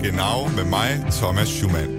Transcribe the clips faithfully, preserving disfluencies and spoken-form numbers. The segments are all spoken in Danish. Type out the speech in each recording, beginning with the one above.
Genau med mig, Thomas Schumann.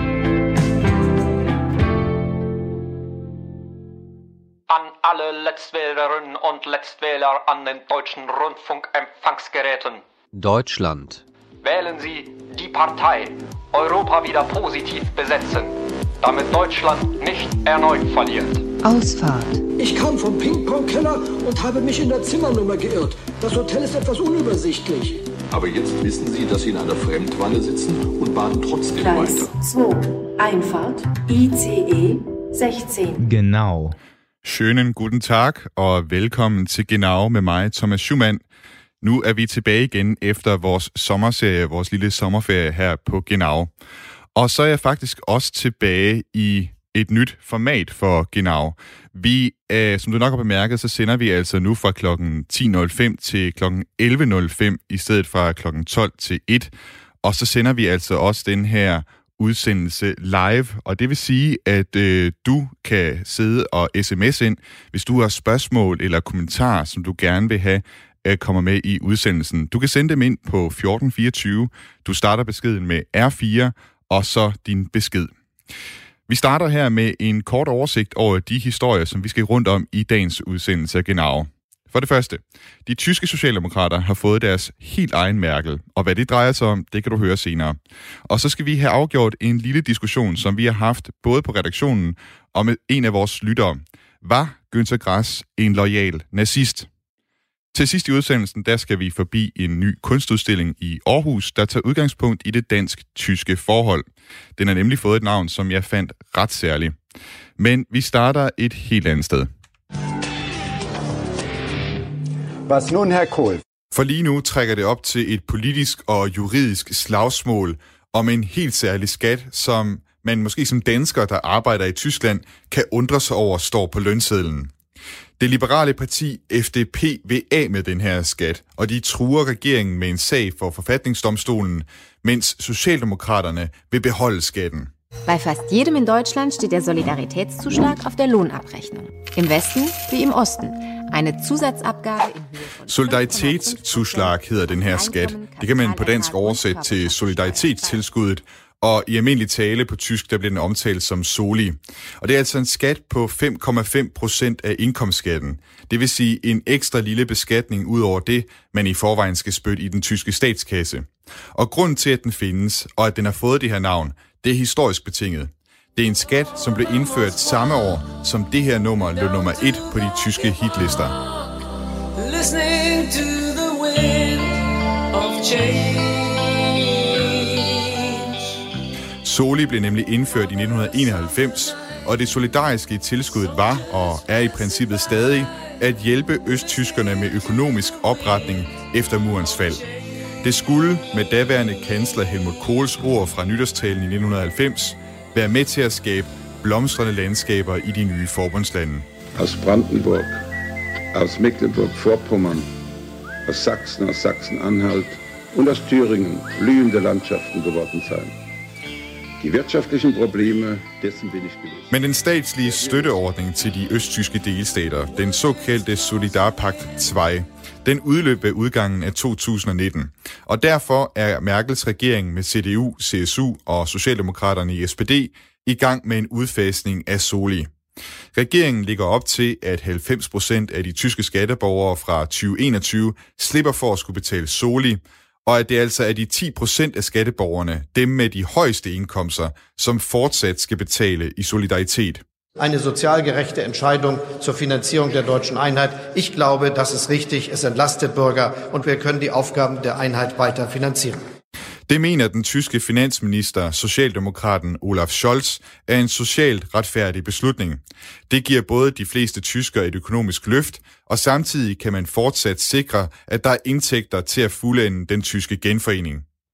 An alle Letztwählerinnen und Letztwähler an den deutschen Rundfunkempfangsgeräten. Deutschland. Wählen Sie die Partei Europa wieder positiv besetzen, damit Deutschland nicht erneut verliert. Ausfahrt. Ich kam vom Ping-Pong-Keller und habe mich in der Zimmernummer geirrt. Das Hotel ist etwas unübersichtlich. Aber jetzt wissen Sie, dass Sie in einer Fremdwanne sitzen und baden trotzdem Gleis weiter. zwei. Einfahrt. I C E sexten. Genau. Schönen guten Tag og velkommen til Genau med mig, Thomas Schumann. Nu er vi tilbage igen efter vores sommerserie, vores lille sommerferie her på Genau. Og så er jeg faktisk også tilbage i et nyt format for Genau. Vi, øh, som du nok har bemærket, så sender vi altså nu fra klokken ti nul fem til klokken elleve nul fem, i stedet fra klokken tolv til et. Og så sender vi altså også den her udsendelse live, og det vil sige, at øh, du kan sidde og sms ind, hvis du har spørgsmål eller kommentarer, som du gerne vil have, øh, kommer med i udsendelsen. Du kan sende dem ind på fjorten fireogtyve. Du starter beskeden med R fire, og så din besked. Vi starter her med en kort oversigt over de historier, som vi skal rundt om i dagens udsendelse af Genau. For det første, de tyske socialdemokrater har fået deres helt egen Merkel, og hvad det drejer sig om, det kan du høre senere. Og så skal vi have afgjort en lille diskussion, som vi har haft både på redaktionen og med en af vores lyttere. Var Günter Grass en loyal nazist? Til sidst i udsendelsen, der skal vi forbi en ny kunstudstilling i Aarhus, der tager udgangspunkt i det dansk-tyske forhold. Den har nemlig fået et navn, som jeg fandt ret særligt. Men vi starter et helt andet sted. Was nun, Herr Kohl? For lige nu trækker det op til et politisk og juridisk slagsmål om en helt særlig skat, som man måske som dansker, der arbejder i Tyskland, kan undre sig over står på lønsedlen. Det liberale parti F D P vil af med den her skat, og de truer regeringen med en sag for forfatningsdomstolen, mens Socialdemokraterne vil beholde skatten. Bei fast jedem in Deutschland steht der Solidaritätszuschlag auf der Lohnabrechnung. Im Westen wie im Osten. Eine Zusatzabgabe in Höhe von Solidaritetszuschlag hedder den her skat. Det kan man på dansk oversætte til solidaritetstilskuddet, og i almindelig tale på tysk, der bliver den omtalt som Soli. Og det er altså en skat på fem komma fem procent af indkomstskatten. Det vil sige en ekstra lille beskatning ud over det, man i forvejen skal spytte i den tyske statskasse. Og grunden til, at den findes, og at den har fået det her navn, det er historisk betinget. Det er en skat, som blev indført samme år, som det her nummer lå nummer et på de tyske hitlister. Listening to the wind of change. Soli blev nemlig indført i nitten enoghalvfems, og det solidariske i tilskuddet var, og er i princippet stadig, at hjælpe østtyskerne med økonomisk opretning efter murens fald. Det skulle, med daværende kansler Helmut Kohls ord fra nytårstalen i nitten halvfems, være med til at skabe blomstrende landskaber i de nye forbundslande. Aus Brandenburg, aus Mecklenburg-Vorpommern, aus Sachsen, aus Sachsen-Anhalt und aus Thüringen blühende Landschaften geworden sein. Die wirtschaftlichen Probleme, dessen bin ich gelöst. Men den statslige støtteordning til de østtyske delstater, den såkaldte Solidarpakt to, den udløb ved udgangen af to tusind nitten. Og derfor er Merkels regering med C D U, C S U og Socialdemokraterne i S P D i gang med en udfasning af Soli. Regeringen ligger op til, at halvfems procent af de tyske skatteborgere fra tyve enogtyve slipper for at skulle betale Soli, og at det altså er de ti procent af skatteborgerne, dem med de højeste indkomster, som fortsat skal betale i solidaritet. Eine sozial gerechte Entscheidung zur Finanzierung der deutschen Einheit. Ich glaube, das ist richtig. Es entlastet Bürger und wir können die Aufgaben der Einheit weiter finanzieren. Det mener den tyske finansminister, socialdemokraten Olaf Scholz, er en socialt retfærdig beslutning. Det giver både de fleste tyskere et økonomisk løft, og samtidig kan man fortsat sikre, at der er indtægter til at fuldende den tyske genforening.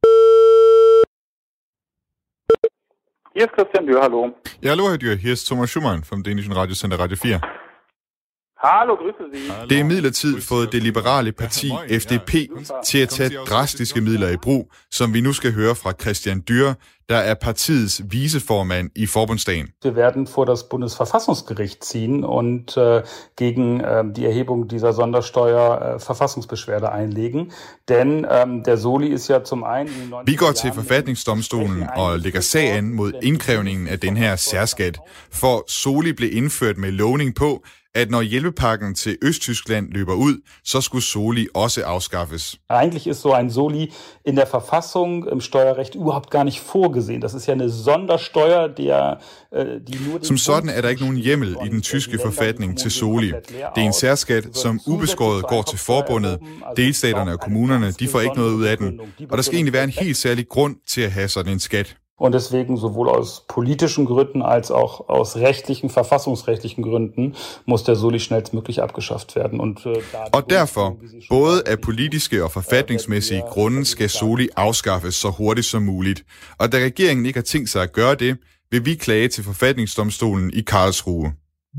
Hier ist Christian Dürr, hallo. Ja, hallo Herr Dürr, hier ist Thomas Schumann vom dänischen Radiosender Radio vier. Hallo, grüße Sie. Det er imidlertid fået det liberale parti F D P til at tage drastiske midler i brug, som vi nu skal høre fra Christian Dürr, der er partiets viceformand i Forbundsdagen. Wir werden vor das Bundesverfassungsgericht ziehen und äh, gegen äh, die Erhebung dieser Sondersteuer äh, Verfassungsbeschwerde einlegen, denn äh, der Soli ist ja zum einen... Vi går til forfatningsdomstolen og lægger sag an mod indkrævningen af den her særskat, for Soli blev indført med lovning på, at når hjælpepakken til Østtyskland løber ud, så skulle Soli også afskaffes. Eigentlich ist so ein Soli in der Verfassung im Steuerrecht überhaupt gar nicht vorgesehen. Das ist ja eine Sondersteuer, der die nur... Som sådan er der ikke nogen hjemmel i den tyske forfatning til Soli. Det er en særskat, som ubeskåret går til forbundet. Delstaterne og kommunerne, de får ikke noget ud af den. Og der skal egentlig være en helt særlig grund til at have sådan en skat. Und deswegen sowohl aus politischen Gründen als auch aus rechtlichen, verfassungsrechtlichen Gründen muss der Soli schnellstmöglich abgeschafft werden. Und, äh, og derfor, både af politiske og forfatningsmæssige grunde, skal Soli afskaffes så hurtigt som muligt. Og da regeringen ikke har tænkt sig at gøre det, vil vi klage til forfatningsdomstolen i Karlsruhe.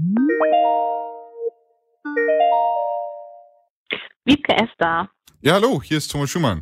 Wiebke Esther. Ja, hallo, hier ist Thomas Schumann.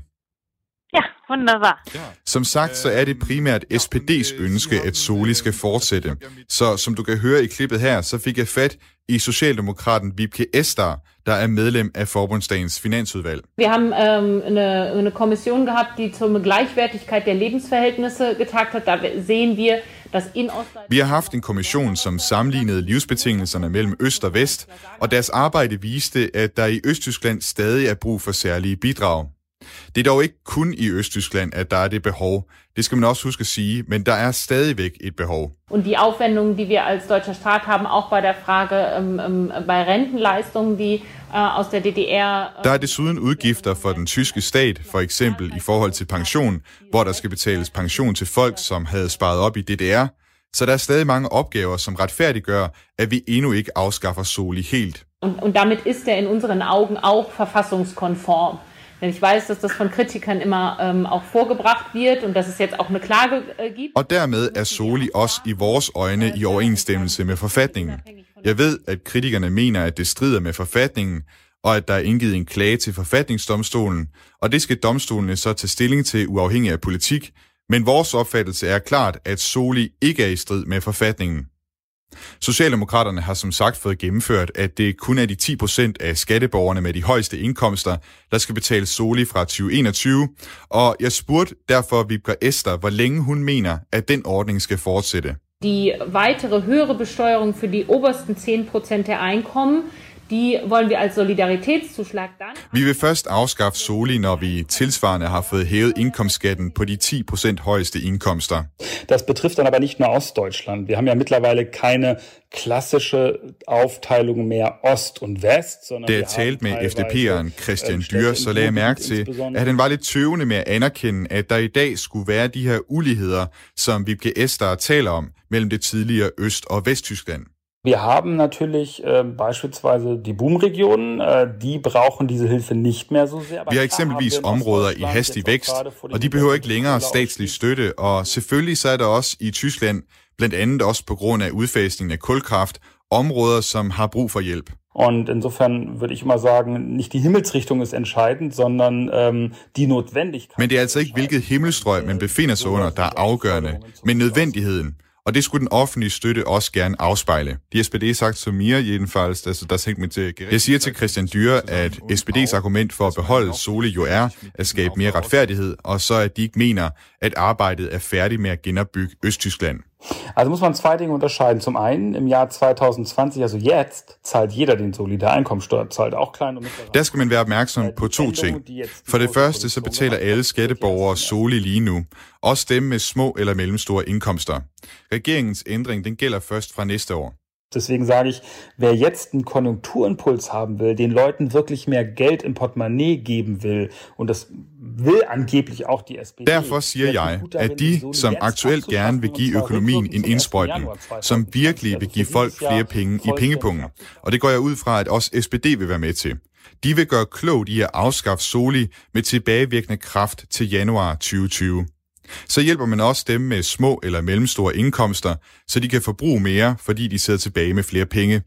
Ja, wunderbar. Som sagt, så er det primært S P D's ønske, at Soli skal fortsætte. Så som du kan høre i klippet her, så fik jeg fat i Socialdemokraten Wiebke Esther, der er medlem af Forbundsdagens Finansudvalg. Wir haben ähm, eine, eine Kommission gehabt, die zur Gleichwertigkeit der Lebensverhältnisse getagt hat. Da sehen wir, dass in Ostdeutschland... Vi har haft en kommission, som sammenlignede livsbetingelserne mellem øst og vest, og deres arbejde viste, at der i Østtyskland stadig er brug for særlige bidrag. Det er dog ikke kun i Østtyskland, at der er det behov. Det skal man også huske at sige, men der er stadigvæk et behov. Und die Aufwendungen, die wir als deutscher Staat haben, auch bei der Frage ähm, ähm, bei Rentenleistungen, die äh, aus der D D R... Der er desuden udgifter for den tyske stat, for eksempel i forhold til pension, hvor der skal betales pension til folk, som havde sparet op i D D R. Så der er stadig mange opgaver, som retfærdiggør, at vi endnu ikke afskaffer Soli helt. Und, und damit ist er in unseren Augen auch verfassungskonform. Denn ich weiß, dass das von Kritikern immer ähm, auch vorgebracht wird und dass es jetzt auch eine Klage äh, gibt. Og dermed er Soli også i vores øjne i overensstemmelse med forfatningen. Jeg ved, at kritikerne mener, at det strider med forfatningen, og at der er indgivet en klage til forfatningsdomstolen, og det skal domstolene så tage stilling til uafhængig af politik, men vores opfattelse er klart, at Soli ikke er i strid med forfatningen. Socialdemokraterne har som sagt fået gennemført, at det kun er de ti procent af skatteborgerne med de højeste indkomster, der skal betale Soli fra tyve enogtyve, og jeg spurgte derfor Wiebke Esther, hvor længe hun mener, at den ordning skal fortsætte. Die weitere höhere Besteuerung für die obersten zehn Prozent der Einkommen, die wollen wir als Solidaritätszuschlag dann... Vi vil først afskaffe Soli, når vi tilsvarende har fået hævet indkomstskatten på de ti procent højeste indkomster. Das betrifft dann aber nicht nur Ostdeutschland. Wir haben ja mittlerweile keine klassische Aufteilung mehr Ost und West, sondern... Da jeg talte med F D P'eren Christian Dürr, så lagde jeg mærke til, at han var lidt tøvende med at anerkende, at der i dag skulle være de her uligheder, som Wiebke Esther taler om, mellem det tidligere Øst- og Vesttyskland. Wir haben natürlich äh, beispielsweise die Boomregionen, äh, die brauchen diese Hilfe nicht mehr so sehr. Vi har eksempelvis områder i hastig vækst, og de behøver ikke længere statslig støtte, og selvfølgelig så er der også i Tyskland, blandt andet også på grund af udfasningen af kulkraft, områder, som har brug for hjælp. Und insofern würde ich immer sagen, nicht die Himmelsrichtung ist entscheidend, sondern ähm, die Notwendigkeit. Men det er altså ikke, hvilket himmelstrøg man befinder sig under, der er afgørende, men nødvendigheden. Og det skulle den offentlige støtte også gerne afspejle. Die S P D sagt zu mir jedenfalls, dass das hängt mit der... Jeg siger til Christian Dürr, at S P D's argument for at beholde Soli jo er at skabe mere retfærdighed, og så at de ikke mener, at arbejdet er færdigt med at genopbygge Østtyskland. Also muss man zwei Dinge unterscheiden. Zum einen, im Jahr zwanzig zwanzig, also jetzt, zahlt jeder den Soli. Der Einkommensteuer zahlt auch klein und mittlere. Der skal man være opmærksom på to ting. For det første, så betaler alle skatteborgere Soli lige nu. Også dem med små eller mellemstore indkomster. Regeringens ændring, den gælder først fra næste år. Deswegen sage ich, wer jetzt einen Konjunkturimpuls haben will, den Leuten wirklich mehr Geld im Portemonnaie geben will, und das will angeblich auch die S P D. Derfor siger jeg, at de, som aktuelt gerne vil give økonomien en indsprøjtning, som virkelig vil give folk flere penge i pengepungen, og det går jeg ud fra, at også S P D vil være med til. De vil gøre klogt i at afskaffe Soli med tilbagevirkende kraft til januar tyve tyve. Så hjælper man også dem med små eller mellemstore indkomster, så de kan forbruge mere, fordi de sidder tilbage med flere penge.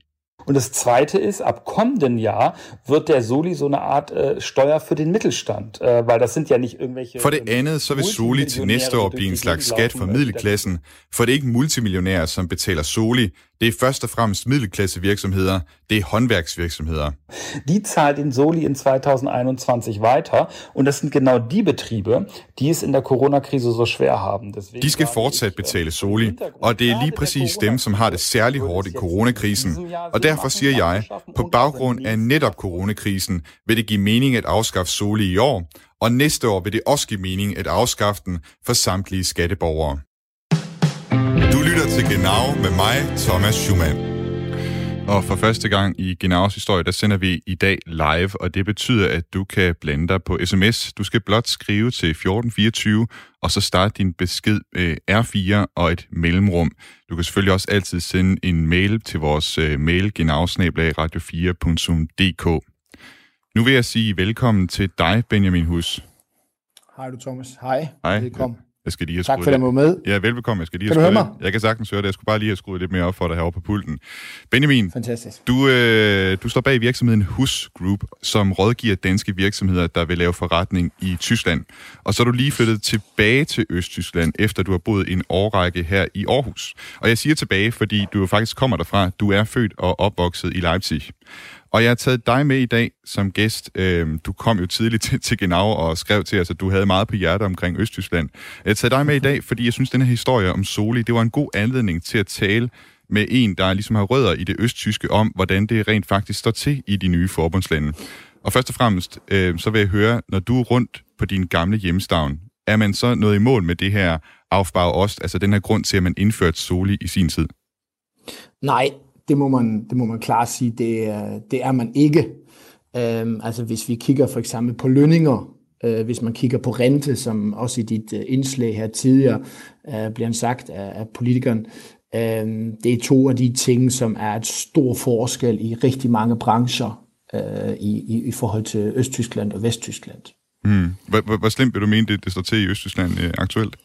Und das Zweite ist, ab kommenden Jahr wird der Soli so eine Art äh, Steuer für den Mittelstand, äh, weil das sind ja nicht irgendwelche... For det andet, så vil Soli til næste år blive en slags skat for middelklassen, for det er ikke multimillionærer, som betaler Soli. Det er først og fremmest middelklassevirksomheder, det er håndværksvirksomheder. Die zahlt den Soli in zwanzig einundzwanzig weiter, und das sind genau die Betriebe, die es in der Corona-Krise so schwer haben. Deswegen de skal fortsat betale Soli, og det er lige præcis dem, som har det særlig hårdt i coronakrisen. Og derfor siger jeg, på baggrund af netop coronakrisen, vil det give mening at afskaffe Soli i år, og næste år vil det også give mening at afskaffe den for samtlige skatteborgere. Du lytter til Genau med mig, Thomas Schumann. Og for første gang i Genaus historie, der sender vi i dag live, og det betyder, at du kan blande dig på sms. Du skal blot skrive til fjorten fireogtyve, og så starte din besked med R fire og et mellemrum. Du kan selvfølgelig også altid sende en mail til vores mail genau bindestreg radio fire punktum d k. Nu vil jeg sige velkommen til dig, Benjamin Hus. Hej du, Thomas. Hej. Hej. Velkommen. Jeg skal lige have tak for, at du var med. Ja, velbekomme. Jeg skal lige kan have du høre mig? Jeg kan sagtens høre det. Jeg skulle bare lige have skruet lidt mere op for dig herovre på pulten. Benjamin, fantastisk. Du, øh, du står bag virksomheden Hus Group, som rådgiver danske virksomheder, der vil lave forretning i Tyskland. Og så er du lige flyttet tilbage til Østtyskland, efter du har boet en årrække her i Aarhus. Og jeg siger tilbage, fordi du jo faktisk kommer derfra. Du er født og opvokset i Leipzig. Og jeg har taget dig med i dag som gæst. Du kom jo tidligt til, til Genau og skrev til os, at du havde meget på hjertet omkring Østtyskland. Jeg har taget dig med i dag, fordi jeg synes, at den her historie om Soli, det var en god anledning til at tale med en, der ligesom har rødder i det østtyske, om hvordan det rent faktisk står til i de nye forbundslande. Og først og fremmest, så vil jeg høre, når du er rundt på din gamle hjemstavn, er man så nået i mål med det her Aufbau Ost, altså den her grund til, at man indførte Soli i sin tid? Nej. Det må man, det må man klart sige, det er, det er man ikke. Øhm, altså hvis vi kigger for eksempel på lønninger, øh, hvis man kigger på rente, som også i dit uh, indslag her tidligere øh, bliver sagt af, af politikeren, øh, det er to af de ting, som er et stor forskel i rigtig mange brancher øh, i, i, i forhold til Østtyskland og Vesttyskland. Hmm. Hvor, hvor, hvor slemt vil du mene, det, det står til i Østtyskland øh, aktuelt?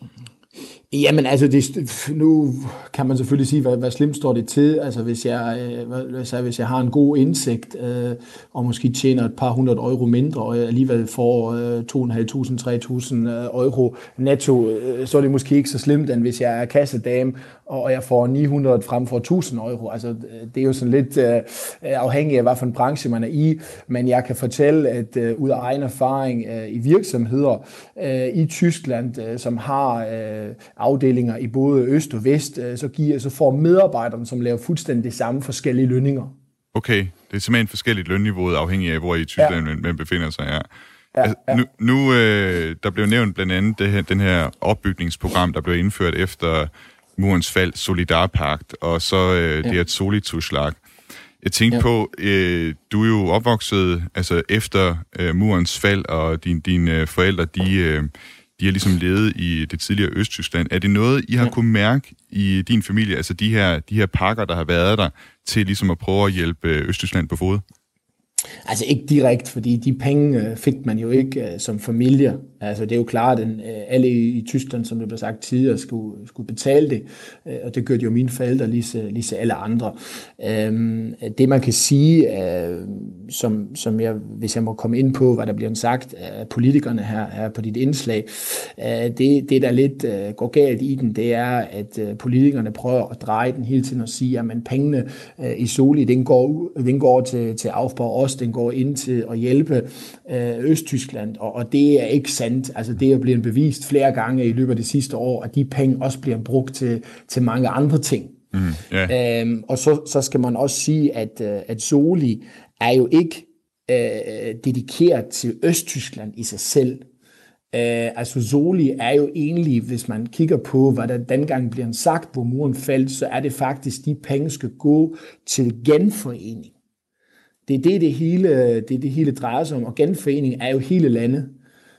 Jamen altså, det, nu kan man selvfølgelig sige, hvad, hvad slemt står det til. Altså hvis jeg, øh, hvis jeg har en god indsigt, øh, og måske tjener et par hundrede euro mindre, og jeg alligevel får øh, to tusind fem hundrede til tre tusind euro netto, øh, så er det måske ikke så slemt, end hvis jeg er kassedame, og jeg får ni hundrede frem for tusind euro. Altså det er jo sådan lidt øh, afhængigt af, hvad for en branche man er i, men jeg kan fortælle, at øh, ud af egen erfaring øh, i virksomheder øh, i Tyskland, øh, som har øh, afdelinger i både øst og vest, så, giver, så får medarbejderne, som laver fuldstændig det samme, forskellige lønninger. Okay, det er simpelthen forskelligt lønniveau, afhængig af, hvor i Tyskland ja. man befinder sig. Ja. Ja, altså, ja. Nu, nu øh, der blev nævnt blandt andet det her, den her opbygningsprogram, der blev indført efter murens fald, Solidarpagt, og så øh, ja. det her Solizuschlag. Jeg tænkte ja. på, øh, du er jo opvokset altså efter øh, murens fald, og din, dine forældre, de... Øh, De har ligesom levet i det tidligere Østtyskland. Er det noget, I har ja. kunne mærke i din familie, altså de her, de her pakker, der har været der, til ligesom at prøve at hjælpe Østtyskland på fod? Altså ikke direkte, fordi de penge fik man jo ikke uh, som familie. Altså det er jo klart, at uh, alle i Tyskland, som det blev sagt tidligere, skulle, skulle betale det. Uh, og det gør de jo mine forældre, lige, lige så alle andre. Uh, det man kan sige, uh, som, som jeg, hvis jeg må komme ind på, hvad der bliver sagt af politikerne her, her på dit indslag, uh, det, det der lidt uh, går galt i den, det er, at uh, politikerne prøver at dreje den hele tiden og sige, at pengene uh, i Soli, den går, den går til, til Aufbau Ost, den går ind til at hjælpe øh, Østtyskland, og, og det er ikke sandt. Altså det er blevet bevist flere gange i løbet af det sidste år, at de penge også bliver brugt til, til mange andre ting. Mm, yeah. øhm, og så, så skal man også sige, at, at Soli er jo ikke øh, dedikeret til Østtyskland i sig selv. Øh, altså Soli er jo egentlig, hvis man kigger på, hvad der dengang bliver sagt, hvor muren faldt, så er det faktisk, de penge skal gå til genforening. Det er det, det hele, det, det hele drejer sig om, og genforening er jo hele landet.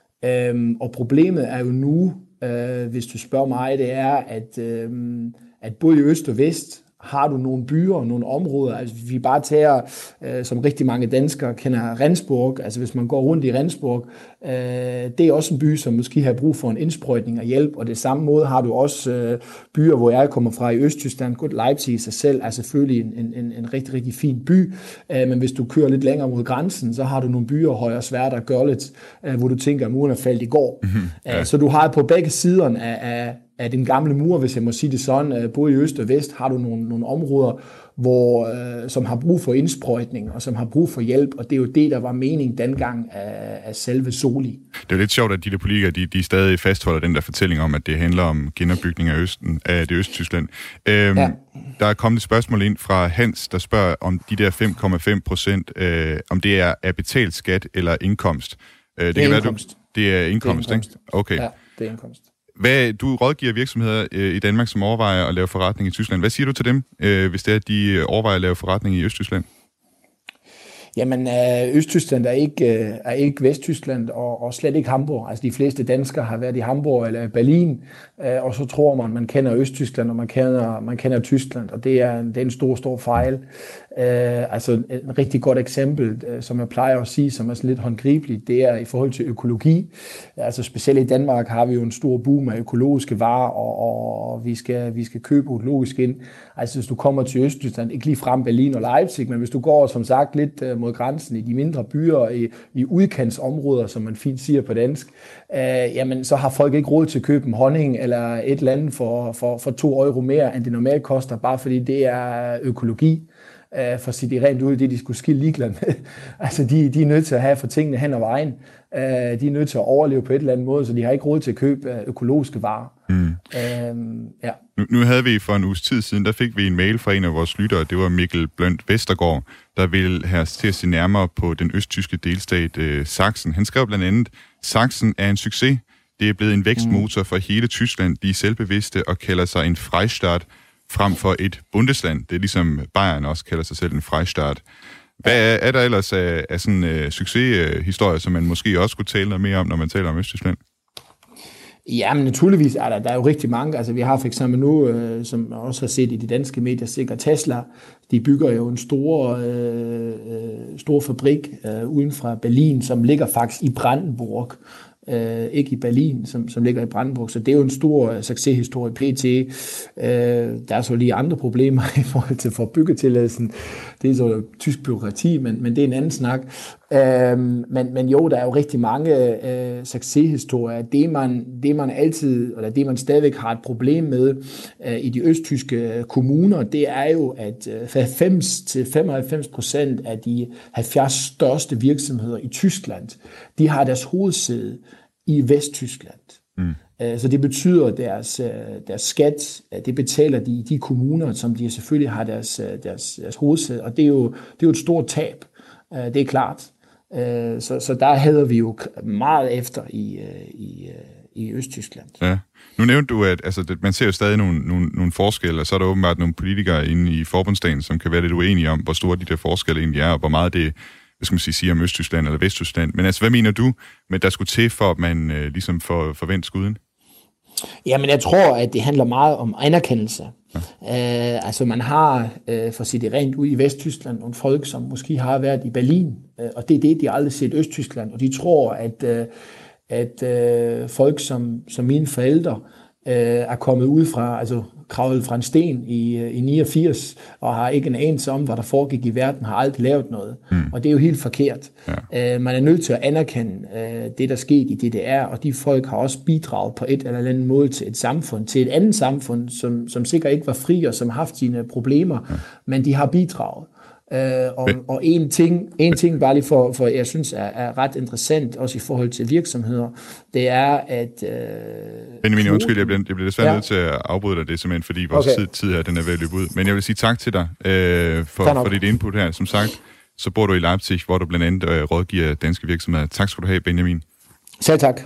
Øhm, og problemet er jo nu, øh, hvis du spørger mig, det er, at, øh, at både i øst og vest har du nogle byer og nogle områder. Altså vi bare tager, øh, som rigtig mange danskere kender, Rendsburg. Altså hvis man går rundt i Rendsburg, øh, det er også en by, som måske har brug for en indsprøjtning og hjælp. Og det samme måde har du også øh, byer, hvor jeg kommer fra i Østtyskland. Godt, Leipzig i sig selv er selvfølgelig en, en, en rigtig, rigtig fin by. Øh, men hvis du kører lidt længere mod grænsen, så har du nogle byer, Hoyerswerda og Görlitz, øh, hvor du tænker, at muren er faldet i går. Mm-hmm. Ja. Øh, så du har på begge sider af, af af den gamle mur, hvis jeg må sige det sådan, både i øst og vest, har du nogle, nogle områder, hvor, øh, som har brug for indsprøjtning, og som har brug for hjælp, og det er jo det, der var meningen dengang af, af selve Soli. Det er jo lidt sjovt, at de der politikere, de, de stadig fastholder den der fortælling om, at det handler om genopbygning af, Østen, af det Østtyskland. Øhm, ja. Der er kommet et spørgsmål ind fra Hans, der spørger om de der fem komma fem procent, øh, om det er, er betalt skat eller indkomst. Øh, det, det er kan indkomst. Være, du, det er indkomst, det er indkomst. Ikke? Okay. Ja, det er indkomst. Hvad, du rådgiver virksomheder øh, i Danmark, som overvejer at lave forretning i Tyskland. Hvad siger du til dem, øh, hvis det er, at de overvejer at lave forretning i Østtyskland? Jamen, Østtyskland er ikke, er ikke Vesttyskland, og, og slet ikke Hamburg. Altså, de fleste danskere har været i Hamburg eller Berlin, og så tror man, man kender Østtyskland, og man kender, man kender Tyskland, og det er, det er en stor, stor fejl. Uh, altså, et rigtig godt eksempel, uh, som jeg plejer at sige, som er sådan lidt håndgribeligt, det er i forhold til økologi. Altså, specielt i Danmark har vi jo en stor boom af økologiske varer, og, og vi, skal, vi skal købe økologisk ind. Altså, hvis du kommer til Østtyskland, ikke lige frem Berlin og Leipzig, men hvis du går, som sagt, lidt uh, mod grænsen i de mindre byer, i, i udkantsområder, som man fint siger på dansk, uh, jamen, så har folk ikke råd til at købe en honning eller et eller andet for, for, for to euro mere, end det normalt koster, bare fordi det er økologi. Uh, for at sige det rent ud, det de skulle skille ligeglade med. altså, de, de er nødt til at have for tingene hen ad vejen. Uh, de er nødt til at overleve på et eller andet måde, så de har ikke råd til at købe uh, økologiske varer. Mm. Uh, ja. nu, nu havde vi for en uges tid siden, der fik vi en mail fra en af vores lyttere, det var Mikkel Blønt Vestergaard, der ville have til at se nærmere på den østtyske delstat uh, Sachsen. Han skrev blandt andet, Sachsen er en succes. Det er blevet en vækstmotor for hele Tyskland. De er selvbevidste og kalder sig en Freistaat frem for et Bundesland. Det er ligesom Bayern også kalder sig selv en Freistaat. Hvad er, er der ellers af, af sådan en uh, succeshistorie, som man måske også kunne tale noget mere om, når man taler om Østtyskland? Ja, men naturligvis er der, der er jo rigtig mange. Altså vi har for eksempel nu, øh, som jeg også har set i de danske medier, sikkert Tesla. De bygger jo en stor, øh, stor fabrik øh, uden for Berlin, som ligger faktisk i Brandenburg. Uh, ikke i Berlin, som, som ligger i Brandenburg. Så det er jo en stor uh, succeshistorie. P T. Uh, der er så lige andre problemer i forhold til for byggetilladelsen. Det er så tysk bureaukrati, men, men det er en anden snak. Uh, men, men jo, der er jo rigtig mange uh, succeshistorier. Det man, det man altid, eller det man stadigvæk har et problem med uh, i de østtyske kommuner, det er jo, at uh, halvfems til femoghalvfems procent af de halvfjerds største virksomheder i Tyskland, de har deres hovedsæde i Vesttyskland. Mm. Så det betyder, at deres, deres skat, det betaler de i de kommuner, som de selvfølgelig har deres, deres, deres hovedsæde, og det er, jo, det er jo et stort tab. Det er klart. Så, så der hedder vi jo meget efter i, i, i Østtyskland. Ja. Nu nævnte du, at altså, man ser jo stadig nogle, nogle, nogle forskelle, og så er der åbenbart nogle politikere inde i forbundsdagen, som kan være lidt uenige om, hvor store de der forskelle egentlig er, og hvor meget det hvad skal man sige, siger om Østtyskland eller Vesttyskland. Men altså, hvad mener du, med der skulle til, for at man øh, ligesom får forventet skuden? Jamen, jeg tror, at det handler meget om anerkendelse. Ja. Øh, altså, man har, øh, for at sige det rent ud i Vesttyskland, nogle folk, som måske har været i Berlin, øh, og det er det, de aldrig set Østtyskland, og de tror, at, øh, at øh, folk som, som mine forældre øh, er kommet ud fra, altså kravlet fra en sten i, i niogfirs, og har ikke en anelse om, hvad der foregik i verden, har aldrig lavet noget. Mm. Og det er jo helt forkert. Ja. Uh, man er nødt til at anerkende uh, det, der skete i D D R, og de folk har også bidraget på et eller andet måde til et samfund, til et andet samfund, som, som sikkert ikke var fri, og som har haft sine problemer, ja. Men de har bidraget. Uh, og, og en ting, en ting bare lige for, for jeg synes er, er ret interessant, også i forhold til virksomheder, det er, at... Uh, Benjamin, kvoten... undskyld, jeg bliver, jeg bliver desværre ja. nødt til at afbryde dig, det er simpelthen, fordi vores okay. tid, tid her, den er ved at løbe ud. Men jeg vil sige tak til dig uh, for, for dit input her. Som sagt, så bor du i Leipzig, hvor du blandt andet uh, rådgiver danske virksomheder. Tak skal du have, Benjamin. Selv tak.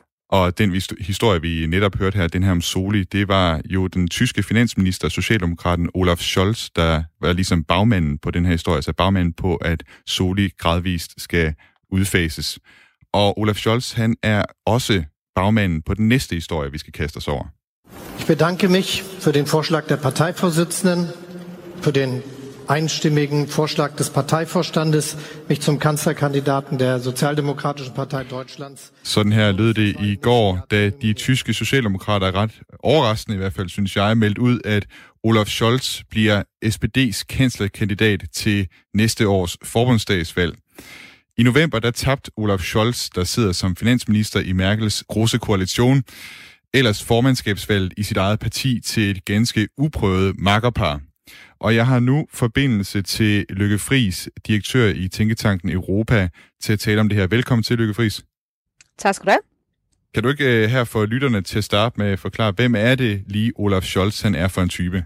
Og den historie, vi netop hørte her, den her om Soli, det var jo den tyske finansminister, socialdemokraten Olaf Scholz, der var ligesom bagmanden på den her historie, altså bagmanden på, at Soli gradvist skal udfases. Og Olaf Scholz, han er også bagmanden på den næste historie, vi skal kaste os over. Ich bedanke mich für den Vorschlag der Parteivorsitzenden für den einstimmigen Vorschlag des Parteivorstandes, mich zum Kanzlerkandidaten der Sozialdemokratischen Partei Deutschlands. Sådan her lød det i går, da de tyske socialdemokrater, ret overraskende i hvert fald, synes jeg, meldte ud, at Olaf Scholz bliver S P D's kanslerkandidat til næste års forbundsdagsvalg. I november, der tabte Olaf Scholz, der sidder som finansminister i Merkels große koalition, ellers formandskabsvalget i sit eget parti til et ganske uprøvet makkerpar. Og jeg har nu forbindelse til Lykke Friis, direktør i Tænketanken Europa, til at tale om det her. Velkommen til, Lykke Friis. Tak skal du have. Kan du ikke her få lytterne til at starte med at forklare, hvem er det lige Olaf Scholz, han er for en type?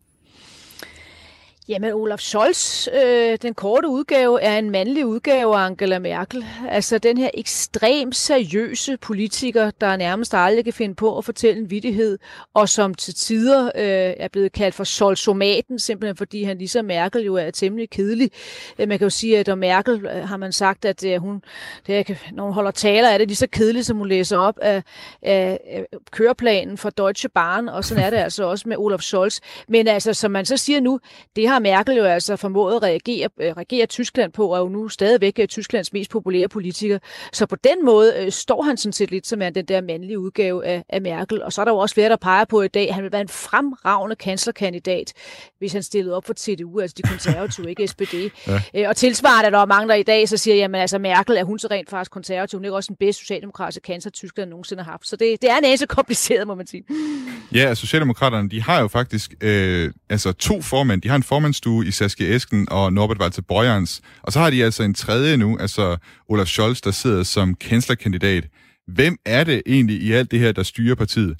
Jamen, Olaf Scholz, øh, den korte udgave, er en mandlig udgave af Angela Merkel. Altså den her ekstremt seriøse politiker, der nærmest aldrig kan finde på at fortælle en vittighed, og som til tider øh, er blevet kaldt for Scholzomaten, simpelthen fordi han ligesom Merkel jo er temmelig kedelig. Man kan jo sige, at om Merkel har man sagt, at øh, hun, det, når hun holder taler, er det lige så kedeligt, som hun læser op af, af, af køreplanen for Deutsche Bahn, og sådan er det altså også med Olaf Scholz. Men altså, som man så siger nu, det har Merkel jo altså formået at reagere, reagere Tyskland på, og er jo nu stadigvæk Tysklands mest populære politiker. Så på den måde øh, står han sådan set lidt som er den der mandlige udgave af, af Merkel. Og så er der jo også flere, der peger på i dag, at han vil være en fremragende kanslerkandidat, hvis han stillede op for C D U, altså de konservative, ikke S P D. Ja. Øh, og tilsvarende er der jo mange, der i dag så siger, jamen altså Merkel, er hun så rent faktisk konservativ? Hun er ikke også den bedste socialdemokratiske kansler, Tyskland nogensinde har haft. Så det, det er næse kompliceret, må man sige. Ja, Socialdemokraterne, de har jo faktisk øh, altså to formænd. De har en formandsstue i Saskia Esken og Norbert Walter-Borjans. Og så har de altså en tredje nu, altså Olaf Scholz, der sidder som kanslerkandidat. Hvem er det egentlig i alt det her, der styrer partiet?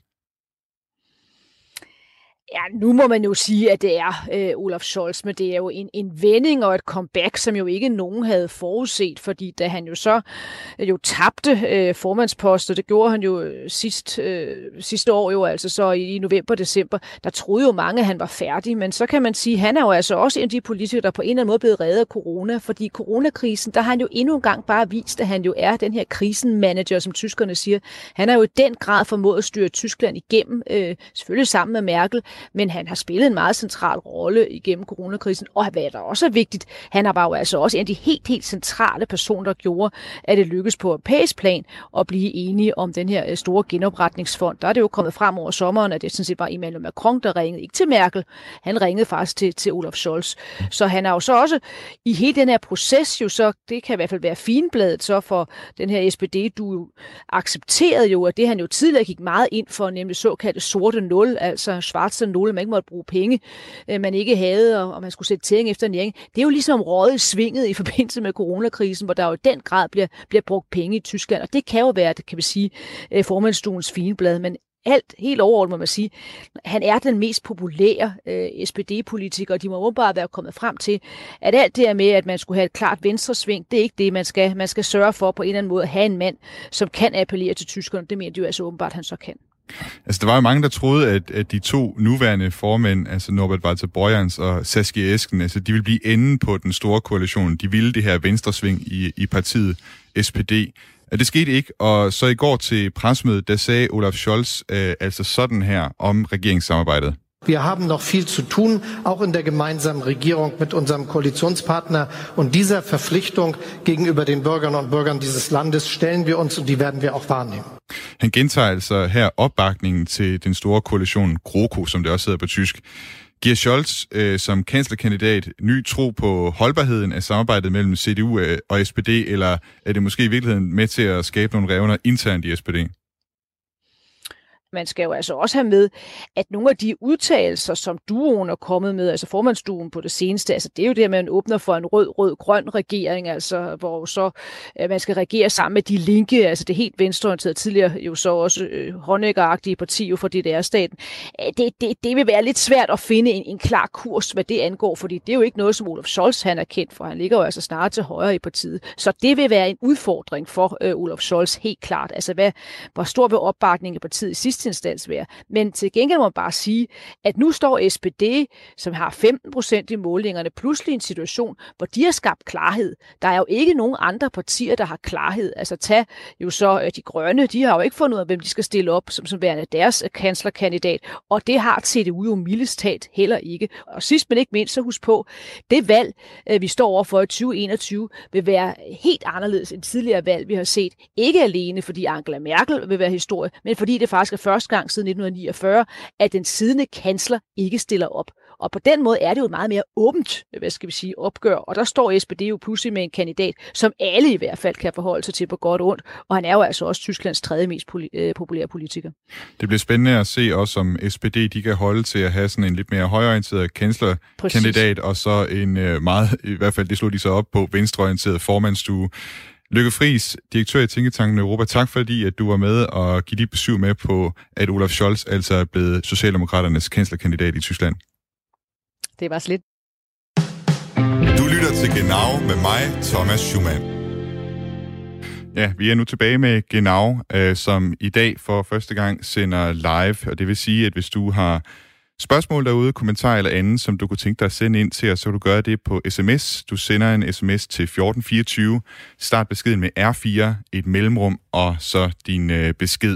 Ja, nu må man jo sige, at det er øh, Olaf Scholz, men det er jo en, en vending og et comeback, som jo ikke nogen havde forudset, fordi da han jo så øh, jo tabte øh, formandsposter, det gjorde han jo sidst, øh, sidste år jo, altså så i, i november-december, der troede jo mange, at han var færdig, men så kan man sige, at han er jo altså også en af de politikere, der på en eller anden måde er blevet reddet af corona, fordi coronakrisen, der har han jo endnu en gang bare vist, at han jo er den her krisenmanager, som tyskerne siger. Han har jo i den grad formået at styre Tyskland igennem, øh, selvfølgelig sammen med Merkel, men han har spillet en meget central rolle igennem coronakrisen, og hvad der også er vigtigt, han var jo altså også en af de helt, helt centrale personer, der gjorde, at det lykkedes på europæisk plan at blive enige om den her store genopretningsfond. Der er det jo kommet frem over sommeren, at det sådan set var Emmanuel Macron, der ringede ikke til Merkel, han ringede faktisk til, til Olaf Scholz. Så han er jo så også i hele den her proces, jo så, det kan i hvert fald være finbladet så for den her S P D, du accepterede jo, at det han jo tidligere gik meget ind for, nemlig såkaldte sorte nul, altså schwarze nul, man ikke måtte bruge penge, man ikke havde, og man skulle sætte tæring efter næring. Det er jo ligesom røget i svinget i forbindelse med coronakrisen, hvor der jo i den grad bliver, bliver brugt penge i Tyskland, og det kan jo være, det kan vi sige, formandsstuens fineblad, men alt, helt overordnet må man sige, han er den mest populære øh, S P D-politiker, og de må jo bare være kommet frem til, at alt det her med, at man skulle have et klart venstresving, det er ikke det, man skal. Man skal sørge for på en eller anden måde at have en mand, som kan appellere til tyskerne. Det mener de jo altså åbenbart, han så kan. Altså, der var jo mange, der troede, at, at de to nuværende formænd, altså Norbert Walter-Borjans og Saskia Esken, altså de ville blive enden på den store koalition. De ville det her venstresving i, i partiet S P D. Det skete ikke, og så i går til pressemødet, der sagde Olaf Scholz øh, altså sådan her om regeringssamarbejdet. Wir haben noch viel zu tun, auch in der gemeinsamen Regierung mit unserem Koalitionspartner. Und dieser Verpflichtung gegenüber den Bürgern und Bürgern dieses Landes stellen wir uns, und die werden wir auch wahrnehmen. Han gentager altså her opbakningen til den store koalition GroKo, som det også hedder på tysk. Giver Scholz øh, som kanslerkandidat ny tro på holdbarheden af samarbejdet mellem C D U og S P D, eller er det måske i virkeligheden med til at skabe nogle revner internt i S P D? Man skal jo altså også have med, at nogle af de udtalelser, som duoen er kommet med, altså formandsduen på det seneste, altså det er jo det, at man åbner for en rød-rød-grøn regering, altså hvor så øh, man skal regere sammen med de linke, altså det helt venstreorienterede, tidligere jo så også øh, Honecker-agtige parti jo for D D R-staten. Det, det, det vil være lidt svært at finde en, en klar kurs, hvad det angår, fordi det er jo ikke noget, som Olaf Scholz han er kendt for. Han ligger jo altså snart til højre i partiet. Så det vil være en udfordring for øh, Olaf Scholz, helt klart. Altså hvad, hvor stor vil opbakningen i partiet i sidste sidste instans være. Men til gengæld må man bare sige, at nu står S P D, som har femten procent i målingerne, pludselig i en situation, hvor de har skabt klarhed. Der er jo ikke nogen andre partier, der har klarhed. Altså tag jo så de grønne, de har jo ikke fundet ud af, hvem de skal stille op som, som værende deres kanslerkandidat, og det har C D U jo mildest talt heller ikke. Og sidst men ikke mindst, så husk på, det valg, vi står overfor i tyve enogtyve, vil være helt anderledes end tidligere valg, vi har set. Ikke alene, fordi Angela Merkel vil være historie, men fordi det faktisk er første gang siden nitten niogfyrre, at den siddende kansler ikke stiller op. Og på den måde er det jo et meget mere åbent, hvad skal vi sige, opgør. Og der står S P D jo pludselig med en kandidat, som alle i hvert fald kan forholde sig til på godt og ondt. Og han er jo altså også Tysklands tredje mest poli- øh, populære politiker. Det bliver spændende at se også, om S P D de kan holde til at have sådan en lidt mere højreorienteret kanslerkandidat, og så en øh, meget, i hvert fald det slog de så op på, venstreorienteret formandsstue. Lykke Friis, direktør i Tænketanken Europa, tak fordi, at du var med og give dit besøg med på, at Olaf Scholz altså er blevet Socialdemokraternes kanslerkandidat i Tyskland. Det var slet. Du lytter til Genau med mig, Thomas Schumann. Ja, vi er nu tilbage med Genau, øh, som i dag for første gang sender live, og det vil sige, at hvis du har spørgsmål derude, kommentarer eller andet, som du kunne tænke dig at sende ind til os, så kan du gøre det på sms. Du sender en sms til fjorten fireogtyve. Start beskeden med R fire, et mellemrum, og så din øh, besked.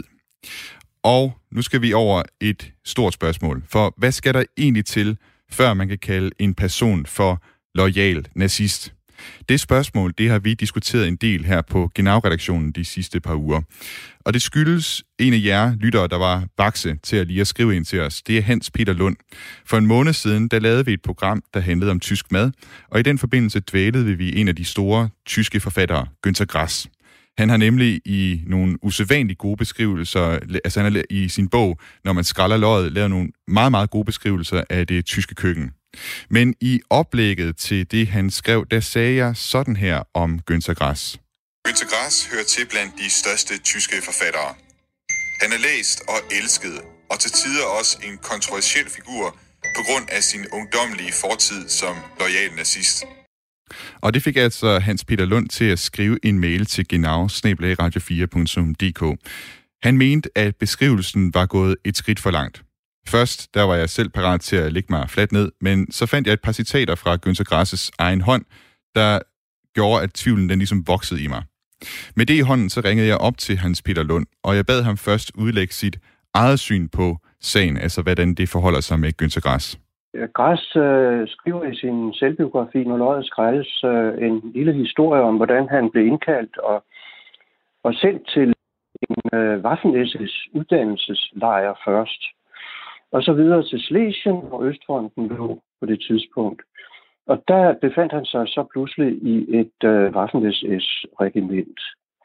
Og nu skal vi over et stort spørgsmål. For hvad skal der egentlig til, før man kan kalde en person for loyal nazist? Det spørgsmål, det har vi diskuteret en del her på Genau-redaktionen de sidste par uger. Og det skyldes en af jer lyttere, der var vakse til at lige at skrive ind til os. Det er Hans Peter Lund. For en måned siden, der lavede vi et program, der handlede om tysk mad, og i den forbindelse dvælede vi en af de store tyske forfattere, Günter Grass. Han har nemlig i nogle usædvanligt gode beskrivelser, altså han har i sin bog, Når man skræller løget, lavet nogle meget, meget gode beskrivelser af det tyske køkken. Men i oplægget til det, han skrev, der sagde jeg sådan her om Günter Grass. Günter Grass hører til blandt de største tyske forfattere. Han er læst og elsket, og til tider også en kontroversiel figur på grund af sin ungdommelige fortid som loyal nazist. Og det fik altså Hans Peter Lund til at skrive en mail til genau bindestreg radio fire punktum d k. Han mente, at beskrivelsen var gået et skridt for langt. Først, der var jeg selv parat til at lægge mig fladt ned, men så fandt jeg et par citater fra Günter Grass' egen hånd, der gjorde, at tvivlen den ligesom voksede i mig. Med det i hånden, så ringede jeg op til Hans Peter Lund, og jeg bad ham først udlægge sit eget syn på sagen, altså hvordan det forholder sig med Günter Grass. Grass øh, skriver i sin selvbiografi, Når løget skrælles, øh, en lille historie om, hvordan han blev indkaldt og, og sendt til en øh, Waffen-S S uddannelseslejr først, og så videre til Schlesien, hvor Østfronten lå på det tidspunkt. Og der befandt han sig så pludselig i et øh, Waffen-S S-regiment.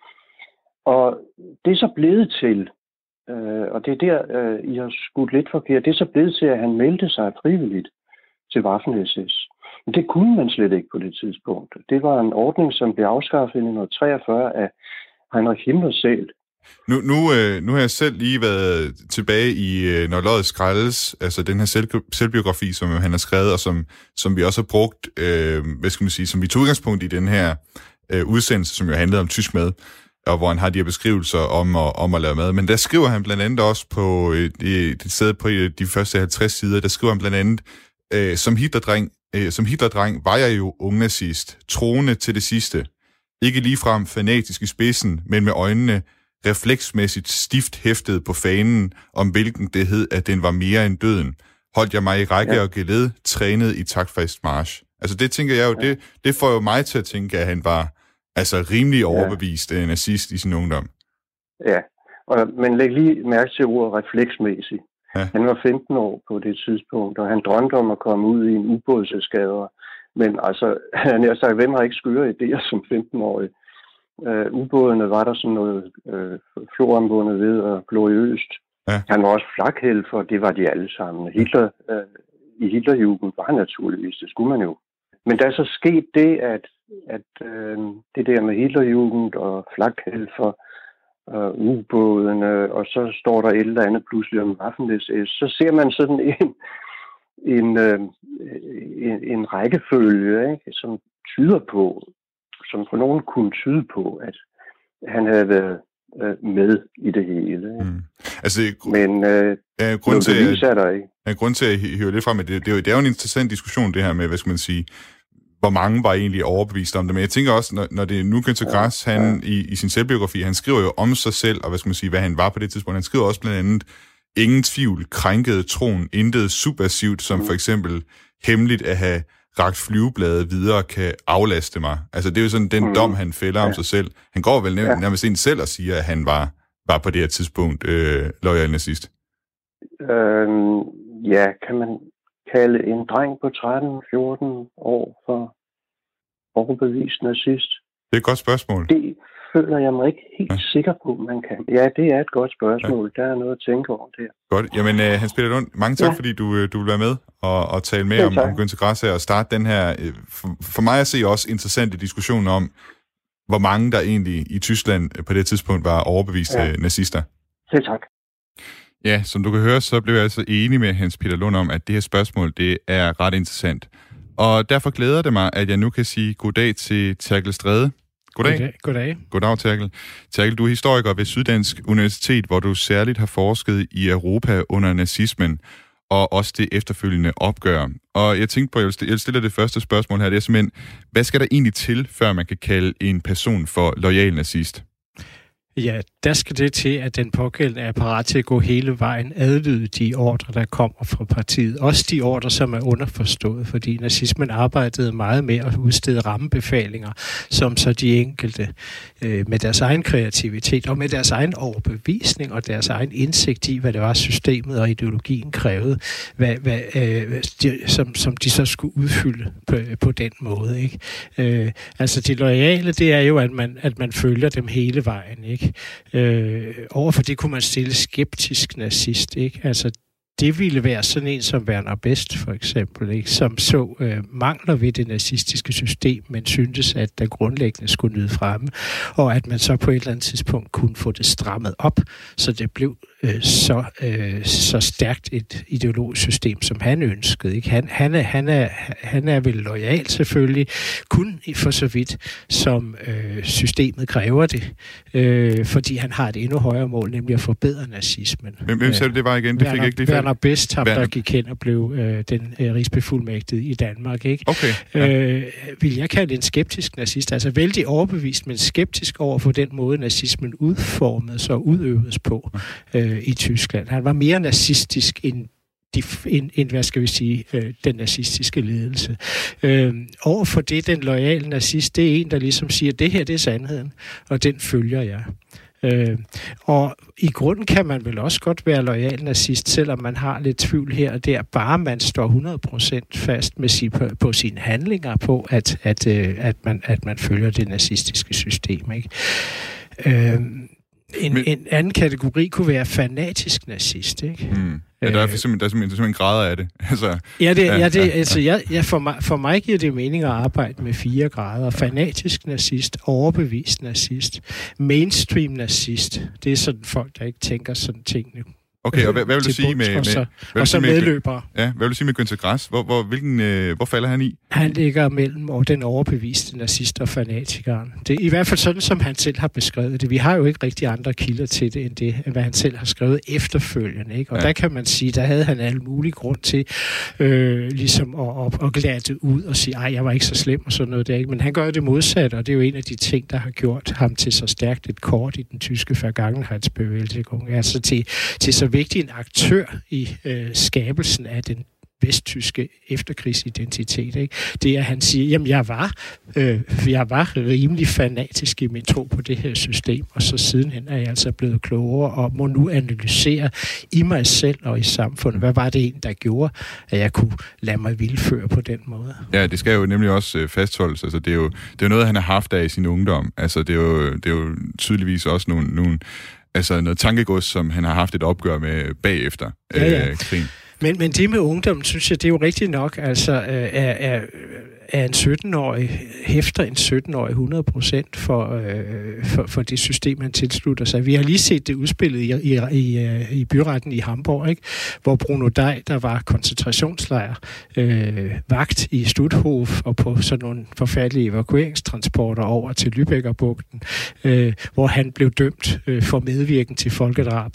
Og det er så blevet til, øh, og det er der, øh, I har skudt lidt forkert, det er så blevet til, at han meldte sig frivilligt til Waffen-S S. Men det kunne man slet ikke på det tidspunkt. Det var en ordning, som blev afskaffet i nitten treogfyrre af Heinrich Himmler selv. Nu, nu, øh, nu har jeg selv lige været tilbage i øh, Når løget skrælles, altså den her selv, selvbiografi, som han har skrevet, og som, som vi også har brugt, øh, hvad skal man sige, som vi tog udgangspunkt i den her øh, udsendelse, som jo handlede om tysk mad, og hvor han har de her beskrivelser om at, om at lave mad. Men der skriver han blandt andet også på øh, det, det sted på de første halvtreds sider, der skriver han blandt andet, øh, som Hitlerdreng, øh, som Hitlerdreng var jeg jo ungnazist, troende til det sidste. Ikke ligefrem fanatisk i spidsen, men med øjnene refleksmæssigt stift hæftet på fanen, om hvilken det hed, at den var mere end døden. Holdt jeg mig i række ja. og geled, trænet i taktfast march. Altså det tænker jeg jo, ja. det, det får jo mig til at tænke, at han var altså rimelig overbevist ja. nazist i sin ungdom. Ja, og, men læg lige mærke til ordet refleksmæssigt. Ja. Han var femten år på det tidspunkt, og han drømte om at komme ud i en ubådseskadre. Men altså, han har sagt, hvem har ikke skøre idéer som femten-årig? Uh, ubådene var der sådan noget uh, florambundet ved og gloriøst. Ja. Han var også flakhæld, for det var de alle sammen. Hitler, uh, i Hitlerjugend var han naturligvis, det skulle man jo. Men der er så sket det, at, at uh, det der med Hitlerjugend og flakhæld for uh, ubådene, og så står der et eller andet pludselig om Waffen-S S, så ser man sådan en, en, uh, en, en rækkefølge, ikke, som tyder på, som for nogen kunne tyde på, at han havde været øh, med i det hele. Mm. Altså, Men øh, ja, grund til, bevis er der ikke. Ja, grund til at hive lidt frem, at det, det, er jo, det er jo en interessant diskussion, det her med, hvad skal man sige, hvor mange var egentlig overbevist om det. Men jeg tænker også, når, når det er nu Günter Grass, han ja. i, i sin selvbiografi, han skriver jo om sig selv, og hvad skal man sige, hvad han var på det tidspunkt. Han skriver også blandt andet, ingen tvivl, krænkede troen, intet subversivt, som mm. for eksempel hemmeligt at have rakt flyveblade videre kan aflaste mig. Altså det er jo sådan den mm. dom, han fælder ja. om sig selv. Han går vel nærmest, ja. nærmest ind selv og siger, at han var, var på det her tidspunkt øh, loyal nazist. Øhm, ja, kan man kalde en dreng på tretten fjorten år for overbevist nazist? Det er et godt spørgsmål. Det føler jeg mig ikke helt ja. sikker på, man kan. Ja, det er et godt spørgsmål. Ja. Der er noget at tænke over der. Godt. Jamen, uh, Hans Peter Lund, mange tak, ja. fordi du, uh, du vil være med og, og tale mere om, om Günter Grass her og starte den her, uh, for, for mig at se også interessante diskussion om, hvor mange der egentlig i Tyskland på det tidspunkt var overbeviste ja. nazister. Selv tak. Ja, som du kan høre, så blev jeg altså enig med Hans Peter Lund om, at det her spørgsmål, det er ret interessant. Og derfor glæder det mig, at jeg nu kan sige goddag til Terkel Stræde. Goddag. Goddag. Goddag. Goddag, Terkel. Terkel, du er historiker ved Syddansk Universitet, hvor du særligt har forsket i Europa under nazismen, og også det efterfølgende opgør. Og jeg tænkte på, at jeg stiller det første spørgsmål her, det er simpelthen, hvad skal der egentlig til, før man kan kalde en person for loyal nazist? Ja, der skal det til, at den pågældende er parat til at gå hele vejen, adlyde de ordre, der kommer fra partiet. Også de ordre, som er underforstået, fordi nazismen arbejdede meget med at udstede rammebefalinger, som så de enkelte øh, med deres egen kreativitet og med deres egen overbevisning og deres egen indsigt i, hvad det var, systemet og ideologien krævede, hvad, hvad, øh, de, som, som de så skulle udfylde på, på den måde. Ikke? Øh, altså de loyale, det er jo, at man, at man følger dem hele vejen, ikke? Øh, overfor det kunne man stille skeptisk nazist, ikke? Altså, det ville være sådan en som Werner Best, for eksempel, ikke? Som så øh, mangler ved det nazistiske system, men syntes, at der grundlæggende skulle nyde fremme, og at man så på et eller andet tidspunkt kunne få det strammet op, så det blev øh, så, øh, så stærkt et ideologisk system, som han ønskede. Ikke? Han, han, er, han, er, han er vel loyal selvfølgelig, kun for så vidt, som øh, systemet kræver det, øh, fordi han har et endnu højere mål, nemlig at forbedre nazismen. Men hvem sagde det var igen? Det fik jeg ikke lige Werner Best, ham der gik hen og blev øh, den øh, rigsbefuldmægtigede i Danmark. Ikke? Okay. Ja. Øh, vil jeg kalde en skeptisk nazist, altså vældig overbevist, men skeptisk over for den måde, nazismen udformedes og udøvedes på øh, i Tyskland. Han var mere nazistisk end De, en, en, hvad skal vi sige, øh, den nazistiske ledelse. Øh, overfor det, den loyale nazist, det er en, der ligesom siger, det her, det er sandheden, og den følger jeg. Øh, og i grunden kan man vel også godt være loyal nazist, selvom man har lidt tvivl her og der, bare man står hundrede procent fast med sig, på, på sine handlinger på, at, at, øh, at, man, at man følger det nazistiske system. Ikke? Øh, En, Men, en anden kategori kunne være fanatisk nazist, ikke? Mm. Ja, der er simpelthen, der er simpelthen, simpelthen grader af det. Altså, ja, det, ja, ja, det, ja, altså, ja. Jeg, jeg, for, mig, for mig giver det mening at arbejde med fire grader. Fanatisk nazist, overbevist nazist, mainstream nazist. Det er sådan folk, der ikke tænker sådan tingene. Okay, og hvad, hvad vil du sige med... Og så, med, og så medløbere. Ja, hvad vil du sige med Günter Grass? Hvor, hvor, hvilken, øh, hvor falder han i? Han ligger mellem og den overbeviste nazist og fanatikeren. Det er i hvert fald sådan, som han selv har beskrevet det. Vi har jo ikke rigtig andre kilder til det, end det, end hvad han selv har skrevet efterfølgende. Ikke? Og ja. Der kan man sige, der havde han alle mulige grund til øh, ligesom at, at, at glæde det ud og sige, ej, jeg var ikke så slem og sådan noget der. Ikke? Men han gør det modsatte, og det er jo en af de ting, der har gjort ham til så stærkt et kort i den tyske forgangenhedsbevægelse. Altså til, til så vigtig en aktør i øh, skabelsen af den vesttyske efterkrigsidentitet. Ikke? Det er, at han siger, jamen jeg var, øh, jeg var rimelig fanatisk i min tro på det her system, og så sidenhen er jeg altså blevet klogere og må nu analysere i mig selv og i samfundet, hvad var det egentlig, der gjorde, at jeg kunne lade mig vildføre på den måde. Ja, det skal jo nemlig også øh, fastholdes. Altså, det er jo det er jo noget, han har haft af i sin ungdom. Altså, det er jo, det er jo tydeligvis også nogle, nogle altså noget tankegods, som han har haft et opgør med bagefter øh, ja, ja. krigen. Men, men det med ungdommen, synes jeg, det er jo rigtigt nok, altså er, er, er en sytten-årig, hæfter en sytten-årig hundrede procent for, øh, for, for det system, han tilslutter sig. Vi har lige set det udspillet i, i, i, i byretten i Hamburg, ikke? Hvor Bruno Dej, der var koncentrationslejr, øh, vagt i Stutthof og på sådan nogle forfærdelige evakueringstransporter over til Lübeckerbugten, øh, hvor han blev dømt øh, for medvirken til folkedrab.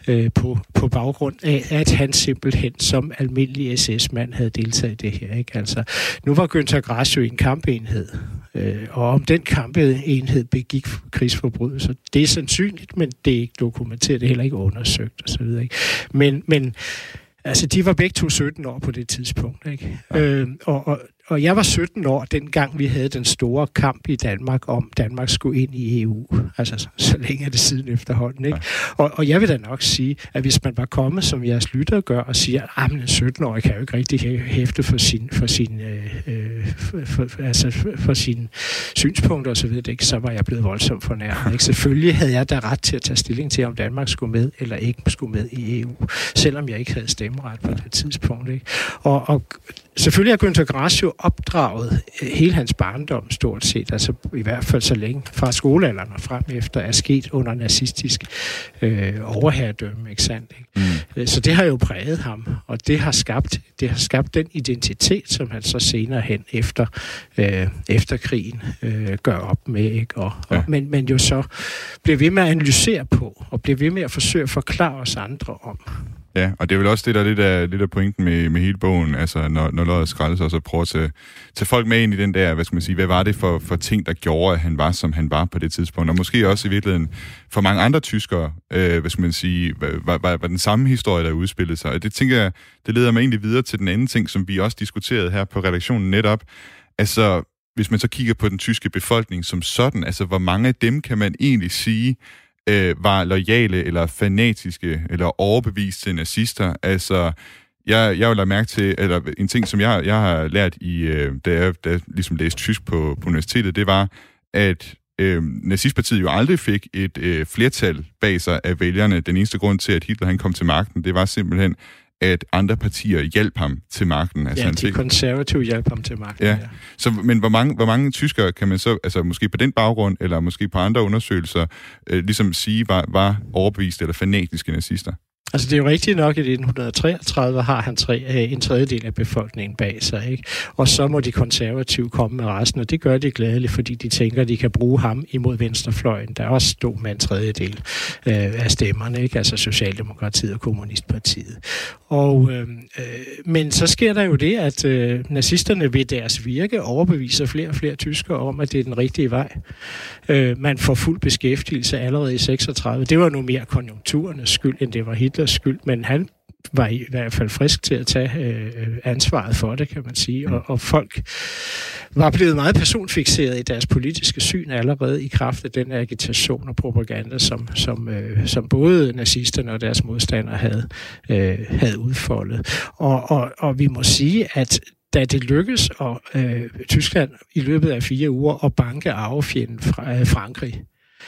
øh, på, på baggrund af, at han simpelthen som almindelig S S-mand havde deltaget i det her. Ikke? Altså, nu var Günter Grass jo i en kampenhed, øh, og om den kampenhed begik krigsforbrydelser, det er sandsynligt, men det er ikke dokumenteret, det er heller ikke undersøgt osv. Ikke? Men, men altså, de var begge to sytten år på det tidspunkt, ikke? Ja. Øh, og, og, og jeg var sytten år, dengang vi havde den store kamp i Danmark, om Danmark skulle ind i E U. Altså, så, så længe er det siden efterhånden, ikke? Ja. Og, og jeg vil da nok sige, at hvis man var kommet, som jeres lytter gør, og siger, at en sytten-årig kan jo ikke rigtig hæfte for sin, for sin, øh, for, for, altså, for sine synspunkter og så videre, ikke? Så var jeg blevet voldsomt fornærmet, ikke? Selvfølgelig havde jeg da ret til at tage stilling til, om Danmark skulle med eller ikke skulle med i E U, selvom jeg ikke havde stemmeret på det tidspunkt, ikke? Og, og selvfølgelig har Günter Grass jo opdraget hele hans barndom stort set, altså i hvert fald så længe fra skolealderen og frem efter er sket under nazistisk øh, overherredømme, ikke sandt? Ikke? Mm. Så det har jo præget ham, og det har skabt, det har skabt den identitet, som han så senere hen efter, øh, efter krigen øh, gør op med, ikke? Og, ja. og, men, men jo så bliver ved med at analysere på, og bliver ved med at forsøge at forklare os andre om. Ja, og det er vel også det, der er lidt af, lidt af pointen med, med hele bogen, altså når, når løjet skrælles, og så prøve at tage, tage folk med ind i den der, hvad skal man sige, hvad var det for, for ting, der gjorde, at han var, som han var på det tidspunkt, og måske også i virkeligheden for mange andre tyskere, øh, hvad skal man sige, var, var, var den samme historie, der udspillede sig, og det tænker jeg, det leder mig egentlig videre til den anden ting, som vi også diskuterede her på redaktionen netop, altså hvis man så kigger på den tyske befolkning som sådan, altså hvor mange af dem kan man egentlig sige, Øh, var loyale eller fanatiske eller overbeviste nazister. Altså, jeg, jeg vil lade mærke til, eller en ting, som jeg, jeg har lært, i, øh, da jeg, da jeg ligesom læste tysk på, på universitetet, det var, at øh, nazistpartiet jo aldrig fik et øh, flertal bag sig af vælgerne. Den eneste grund til, at Hitler han kom til magten, det var simpelthen, at andre partier hjalp ham til magten. Altså, ja, de fik... konservative hjalp ham til magten. Ja. Ja. Så, men hvor mange, hvor mange tyskere kan man så, altså måske på den baggrund, eller måske på andre undersøgelser, øh, ligesom sige, var, var overbeviste eller fanatiske nazister? Altså det er jo rigtigt nok, at i nitten treogtredive har han tre, en tredjedel af befolkningen bag sig, ikke? Og så må de konservative komme med resten, og det gør de gladeligt, fordi de tænker, at de kan bruge ham imod venstrefløjen. Der er også stod med en tredjedel øh, af stemmerne, ikke? Altså Socialdemokratiet og Kommunistpartiet. Og, øh, øh, men så sker der jo det, at øh, nazisterne ved deres virke overbeviser flere og flere tyskere om, at det er den rigtige vej. Øh, man får fuld beskæftigelse allerede i seksogtredive. Det var nu mere konjunkturernes skyld, end det var Hitlers skyld, men han var i hvert fald frisk til at tage øh, ansvaret for det, kan man sige. Og, og folk var blevet meget personfikseret i deres politiske syn allerede i kraft af den agitation og propaganda, som, som, øh, som både nazisterne og deres modstandere havde, øh, havde udfoldet. Og, og, og vi må sige, at da det lykkedes at øh, Tyskland i løbet af fire uger at banke arvefjenden fra øh, Frankrig,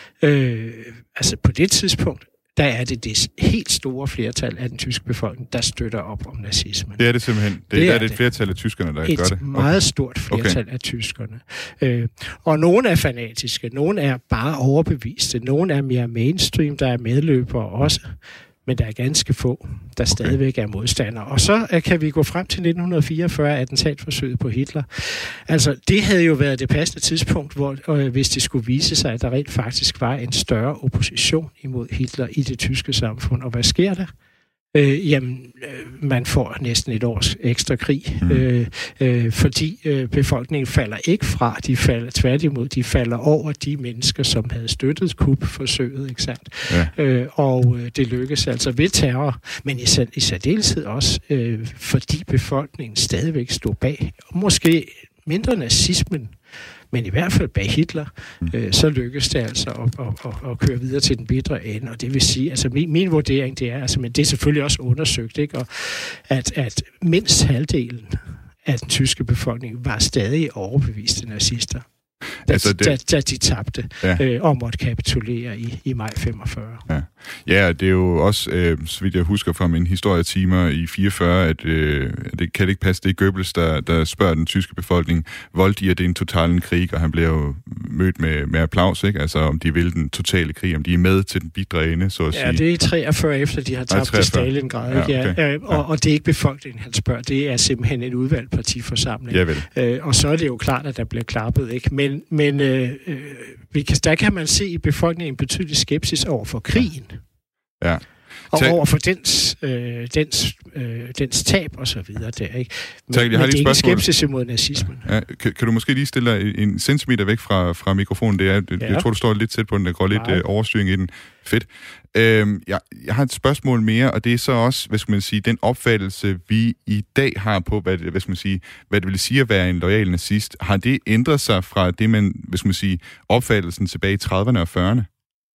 øh, altså på det tidspunkt, der er det det helt store flertal af den tyske befolkning, der støtter op om nazismen. Det er det simpelthen. Det, det er, er det et flertal af tyskerne, der et gør det. Et meget okay. stort flertal okay. af tyskerne. Øh, og nogle er fanatiske, nogle er bare overbeviste, nogle er mere mainstream, der er medløbere også. Men der er ganske få, der okay. stadigvæk er modstandere. Og så uh, kan vi gå frem til nitten fireogfyrre, attentatforsøget på Hitler. Altså, det havde jo været det passende tidspunkt, hvor uh, hvis det skulle vise sig, at der rent faktisk var en større opposition imod Hitler i det tyske samfund. Og hvad sker der? Øh, jamen, øh, man får næsten et års ekstra krig, mm. øh, øh, fordi øh, befolkningen falder ikke fra, de falder tværtimod, de falder over de mennesker, som havde støttet kupforsøget, ikke sandt? Ja. Øh, og øh, det lykkes altså ved terror, men i, i særdeleshed også, øh, fordi befolkningen stadigvæk stod bag, måske mindre nazismen, men i hvert fald bag Hitler, mm. øh, så lykkes det altså at, at, at, at køre videre til den bitre ende. Og det vil sige, altså min, min vurdering, det er, altså, men det er selvfølgelig også undersøgt, ikke? Og at, at mindst halvdelen af den tyske befolkning var stadig overbeviste nazister, da, altså det... da, da de tabte ja. øh, og måtte kapitulere i, i maj femogfyrre. Ja. Ja, det er jo også, øh, så vidt jeg husker fra mine historietimer i fireogfyrre, at øh, det kan det ikke passe, det er Goebbels, der, der spørger den tyske befolkning, voldt I, at det er en total krig, og han bliver jo mødt med, med applaus, ikke? Altså om de vil den totale krig, om de er med til den bitre ende, så at ja, sige. Ja, det er treogfyrre efter, de har tabt til Stalingrad, ja, okay. ja, øh, og, og det er ikke befolkningen, han spørger, det er simpelthen en udvalgt partiforsamling. Ja, vel. Øh, og så er det jo klart, at der bliver klappet, ikke? Men, men øh, øh, vi kan, der kan man se i befolkningen en betydelig skepsis over for krigen. Ja. Og over for dens, øh, dens, øh, dens tab og så videre der, ikke? Men, tak, jeg har men det er ikke spørgsmål. skepsis imod nazismen. Ja, kan, kan du måske lige stille dig en centimeter væk fra, fra mikrofonen? Det er, ja. Jeg tror, du står lidt tæt på den, der går lidt øh, overstyring i den. Fedt. Øhm, jeg, jeg har et spørgsmål mere, og det er så også, hvad skal man sige, den opfattelse, vi i dag har på, hvad det, hvad skal man sige, hvad det vil sige at være en loyal nazist. Har det ændret sig fra det, man, hvad skal man sige, opfattelsen tilbage i trediverne og fyrrerne?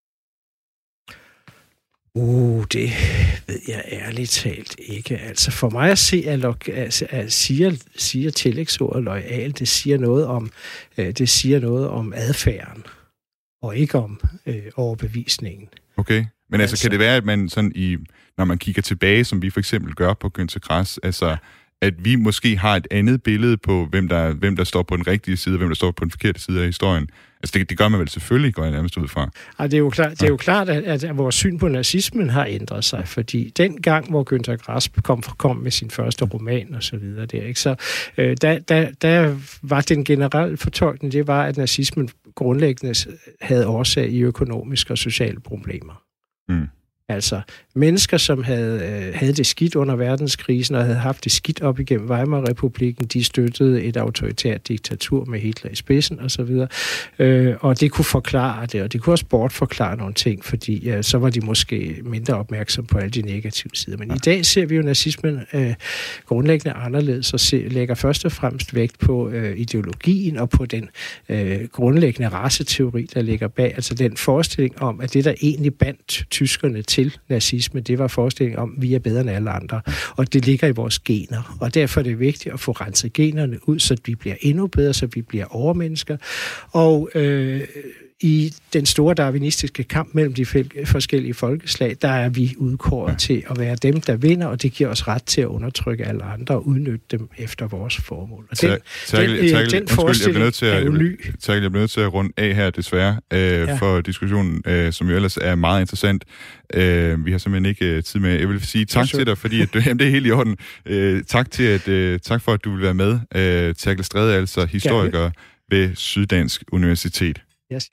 Uh, det ved jeg ærligt talt ikke. Altså for mig at se, at, at, at siger, siger tillægsordet loyal, det siger noget om, det siger noget om adfærden, og ikke om øh, overbevisningen. Okay, men altså, altså kan det være, at man sådan i, når man kigger tilbage, som vi for eksempel gør på Günter Grass, altså at vi måske har et andet billede på, hvem der, hvem der står på den rigtige side, og hvem der står på den forkerte side af historien. Altså det, det gør man vel selvfølgelig, går jeg nærmest ud fra. Ja, det er jo klart, det er jo klart at, at vores syn på nazismen har ændret sig, fordi den gang, hvor Günter Grass kom, kom med sin første roman og så videre, der, ikke? Så øh, der, der, der var den generelle fortolkning, det var, at nazismen grundlæggende havde årsag i økonomiske og sociale problemer. Mm. Altså mennesker, som havde, øh, havde det skidt under verdenskrisen og havde haft det skidt op igennem Weimar-republikken, de støttede et autoritært diktatur med Hitler i spidsen osv. Øh, og det kunne forklare det, og det kunne også bortforklare nogle ting, fordi ja, så var de måske mindre opmærksom på alle de negative sider. Men ja. I dag ser vi jo nazismen øh, grundlæggende anderledes og se, lægger først og fremmest vægt på øh, ideologien og på den øh, grundlæggende raceteori, der ligger bag. Altså den forestilling om, at det, der egentlig bandt tyskerne til til nazisme, det var forestillingen om, at vi er bedre end alle andre. Og det ligger i vores gener. Og derfor er det vigtigt at få renset generne ud, så vi bliver endnu bedre, så vi bliver overmennesker. Og øh, i den store darwinistiske kamp mellem de forskellige folkeslag, der er vi udkåret ja. til at være dem, der vinder, og det giver os ret til at undertrykke alle andre og udnytte dem efter vores formål. Og den, Terkel, den, Terkel, den forestilling jeg er jo ny. Terkel, jeg bliver nødt til at runde af her, desværre, øh, ja. for diskussionen, øh, som jo ellers er meget interessant. Øh, vi har simpelthen ikke øh, tid med. Jeg vil sige tak til dig, fordi at, jamen, det er helt i orden. Øh, tak, til at, øh, tak for, at du vil være med. Øh, Terkel Stræde, altså historiker ja. ved Syddansk Universitet. Yes.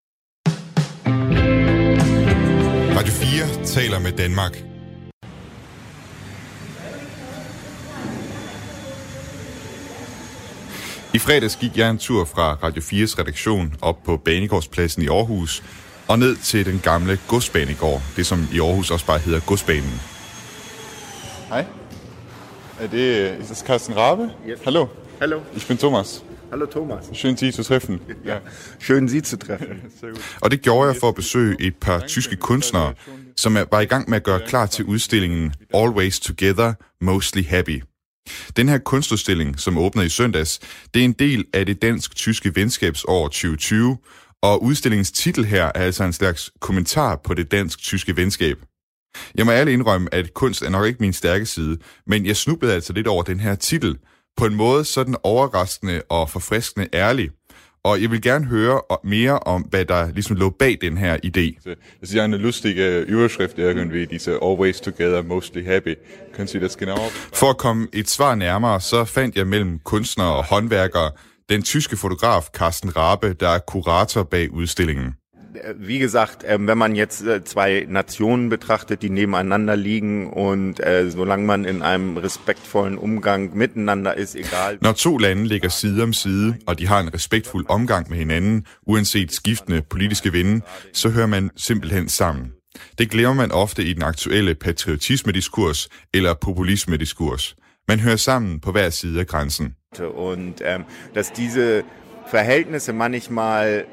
Radio fire taler med Danmark. I fredags gik jeg en tur fra Radio fires redaktion op på Banegårdspladsen i Aarhus og ned til den gamle godsbanegård, det som i Aarhus også bare hedder Godsbanen. Hej. Er det, ist das Carsten Rabe? Yes. Hallo. Hallo. Ich bin Thomas. Hallo Thomas. Schön Sie zu treffen. Ja. Schön Sie zu treffen. Og det gjorde jeg for at besøge et par tyske kunstnere, som var i gang med at gøre klar til udstillingen Always Together, Mostly Happy. Den her kunstudstilling, som åbner i søndags, det er en del af det dansk-tyske venskabsår tyve tyve, og udstillingens titel her er altså en slags kommentar på det dansk-tyske venskab. Jeg må ærligt indrømme, at kunst er nok ikke min stærke side, men jeg snublede altså lidt over den her titel, på en måde sådan overraskende og forfriskende ærlig. Og jeg vil gerne høre mere om, hvad der ligesom lå bag den her idé. Das ist ja eine lustige Überschrift irgendwie, diese Always Together, Mostly Happy. Können Sie das genauer? For at komme et svar nærmere, så fandt jeg mellem kunstnere og håndværkere den tyske fotograf Carsten Rabe, der er kurator bag udstillingen. Wie gesagt, äh, wenn man jetzt äh, zwei Nationen betrachtet, die nebeneinander liegen und äh, solange man in einem respektvollen Umgang miteinander ist, egal... Når to lande ligger side om side, og de har en respektfuld omgang med hinanden, uanset skiftende politiske vinde, så hører man simpelthen sammen. Det glemmer man ofte i den aktuelle patriotisme-diskurs eller populisme-diskurs. Man hører sammen på hver side af grænsen. Und ähm, dass diese Verhältnisse manchmal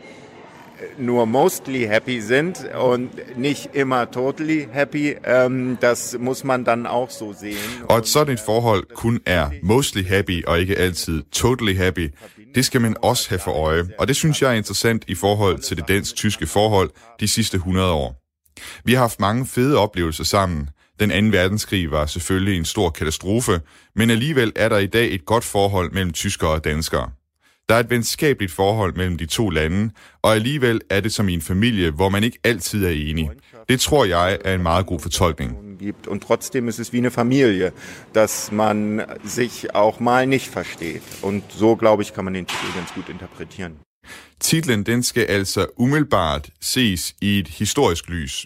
nur mostly happy sind und nicht immer totally happy, ähm, das muss man dann auch so sehen. Og et sådan et forhold kun er mostly happy og ikke altid totally happy, det skal man også have for øje. Og det synes jeg er interessant i forhold til det dansk-tyske forhold de sidste hundrede år. Vi har haft mange fede oplevelser sammen. Den anden verdenskrig var selvfølgelig en stor katastrofe, men alligevel er der i dag et godt forhold mellem tyskere og danskere. Der er et venskabeligt forhold mellem de to lande, og alligevel er det som i en familie, hvor man ikke altid er enig. Det tror jeg er en meget god fortolkning. Und trotzdem ist es wie eine Familie, dass man sich auch mal nicht versteht. Und so, glaube ich, kann man den Titel ganz gut interpretieren. Titlen, den skal altså umiddelbart ses i et historisk lys.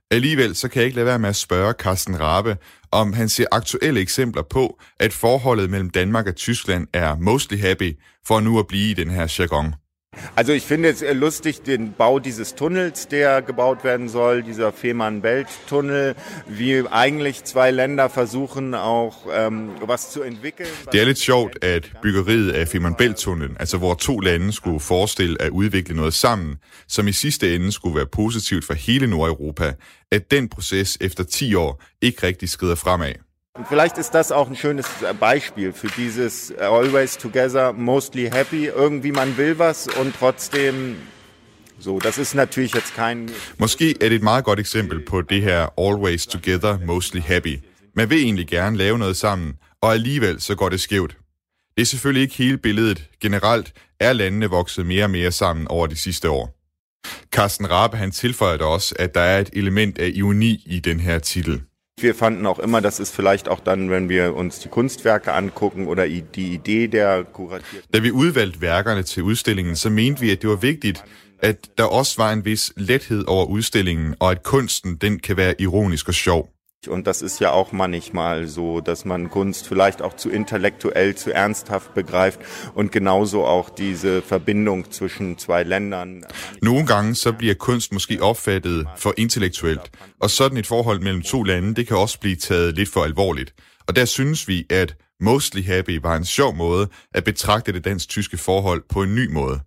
Alligevel så kan jeg ikke lade være med at spørge Carsten Rabe, om han ser aktuelle eksempler på, at forholdet mellem Danmark og Tyskland er mostly happy, for nu at blive i den her jargon. Also ich finde es lustig, den Bau dieses Tunnels, der gebaut werden soll, dieser Fehmarn-Belt-Tunnel, wie eigentlich zwei Länder versuchen auch ähm, was zu entwickeln. Det er lidt sjovt, at byggeriet af Fehmarn-Belt-tunnelen, altså hvor to lande skulle forestille at udvikle noget sammen, som i sidste ende skulle være positivt for hele Nordeuropa, at den proces efter ti år ikke rigtig skrider fremad. Vielleicht ist das auch ein schönes Beispiel für dieses always together, mostly happy. Irgendwie man will was und trotzdem so. Das ist natürlich jetzt kein... Måske er det et meget godt eksempel på det her always together, mostly happy. Man vil egentlig gerne lave noget sammen, og alligevel så går det skævt. Det er selvfølgelig ikke hele billedet. Generelt er landene vokset mere og mere sammen over de sidste år. Carsten Rabe, han tilføjer da også, at der er et element af ironi i den her titel. Wir fanden auch immer, das ist vielleicht auch dann, wenn wir uns die Kunstwerke angucken oder die Idee der kuratierten... Da vi udvalgte værkerne til udstillingen, så mente vi, at det var vigtigt, at der også var en vis lethed over udstillingen, og at kunsten, den kan være ironisk og sjov. Und das ist ja auch manchmal so, dass man Kunst vielleicht auch zu intellektuell, zu ernsthaft begreift und genauso auch diese Verbindung zwischen zwei Ländern. Nogle gange så bliver kunst måske opfattet for intellektuelt, og sådan et forhold mellem to lande, det kan også blive taget lidt for alvorligt. Og der synes vi, at mostly happy var en sjov måde at betragte det dansk-tyske forhold på en ny måde.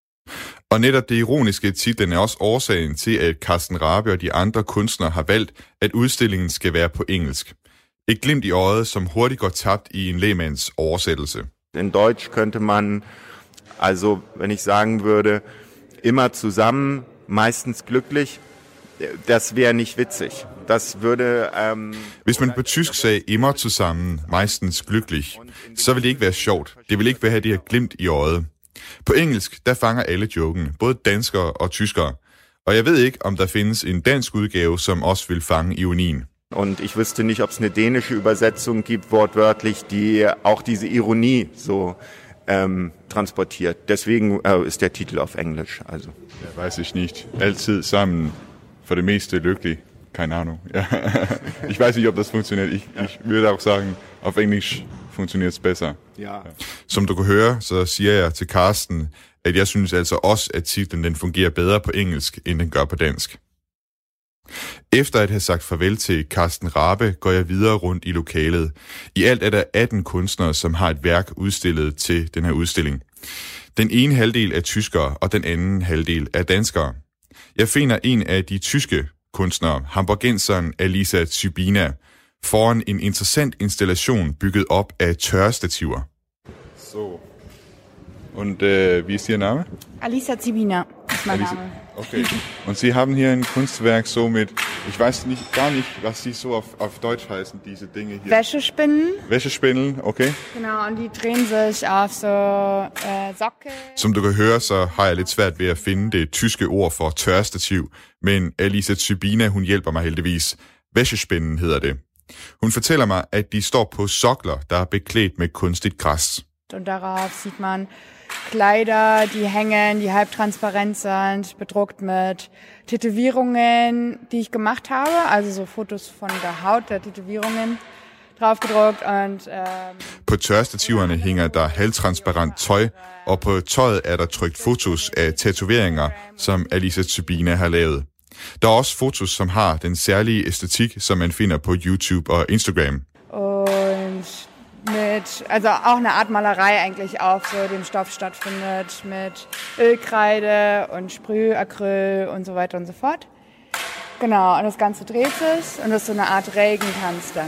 Og netop det ironiske i titlen er også årsagen til, at Carsten Rabe og de andre kunstnere har valgt, at udstillingen skal være på engelsk. Et glimt i øjet, som hurtigt går tabt i en lægmands oversættelse. In Deutsch könnte man, also wenn ich sagen würde, immer zusammen, meistens glücklich, das wäre nicht witzig. Das würde, ähm, Hvis man på tysk sagde immer zusammen, meistens glücklich, så ville det ikke være sjovt. Det ville ikke være det her glimt i øjet. På engelsk, der fanger alle joken, både danskere og tyskere. Og jeg ved ikke, om der findes en dansk udgave, som også vil fange ironien. Und ich wüsste nicht, ob es eine dänische Übersetzung gibt, wortwörtlich, die auch diese Ironie so ähm, transportiert. Deswegen äh, ist der Titel auf Englisch. Also. Ja, weiß ich nicht. Altid sammen, for det meste lykkelig. Keine Ahnung. Ja. Ich weiß nicht, ob das funktioniert. Ich, ich würde auch sagen, auf Englisch funktioniert es besser. Ja. Som du kan høre, så siger jeg til Carsten, at jeg synes altså også, at titlen den fungerer bedre på engelsk, end den gør på dansk. Efter at have sagt farvel til Carsten Rabe, går jeg videre rundt i lokalet. I alt er der atten kunstnere, som har et værk udstillet til den her udstilling. Den ene halvdel er tyskere, og den anden halvdel er danskere. Jeg finder en af de tyske kunstnere, hamburgenseren Alisa Zybina, foran en interessant installation bygget op af tørrestativer. So. Und äh, wie ist Ihr Name? Alisa Zybina ist mein Alisa. Name. Okay. Und Sie haben hier ein Kunstwerk so mit, ich weiß nicht, gar nicht, was die so auf, auf Deutsch heißen, diese Dinge hier. Wäschespinnen. Wäschespinnen, okay. Genau, und die drehen sich auf so äh, Socke. Som du kan høre, så har jeg lidt svært ved at finde det tyske ord for tørrestativ, men Alisa Zybina, hun hjælper mig heldigvis. Wäschespinnen hedder det. Hun fortæller mig, at de står på sokler, der er beklædt med kunstigt græs. Und darauf sieht man Kleider, die hängen, die halbtransparent sind, bedruckt mit Tätowierungen, die ich gemacht habe, also so Fotos von der Haut der Tätowierungen draufgedruckt. Und, ähm på tørrestativerne hænger der halvtransparent tøj, og på tøjet er der trykt fotos af tatoveringer, som Alisa Zybina har lavet. Der er også fotos, som har den særlige æstetik, som man finder på YouTube og Instagram. Und mit, also auch eine Art Malerei eigentlich auf so dem Stoff stattfindet, mit Ölkreide und Sprühacryl und so weiter und so fort. Genau, und das Ganze dreht sich, und das ist so eine Art Regentanz dann.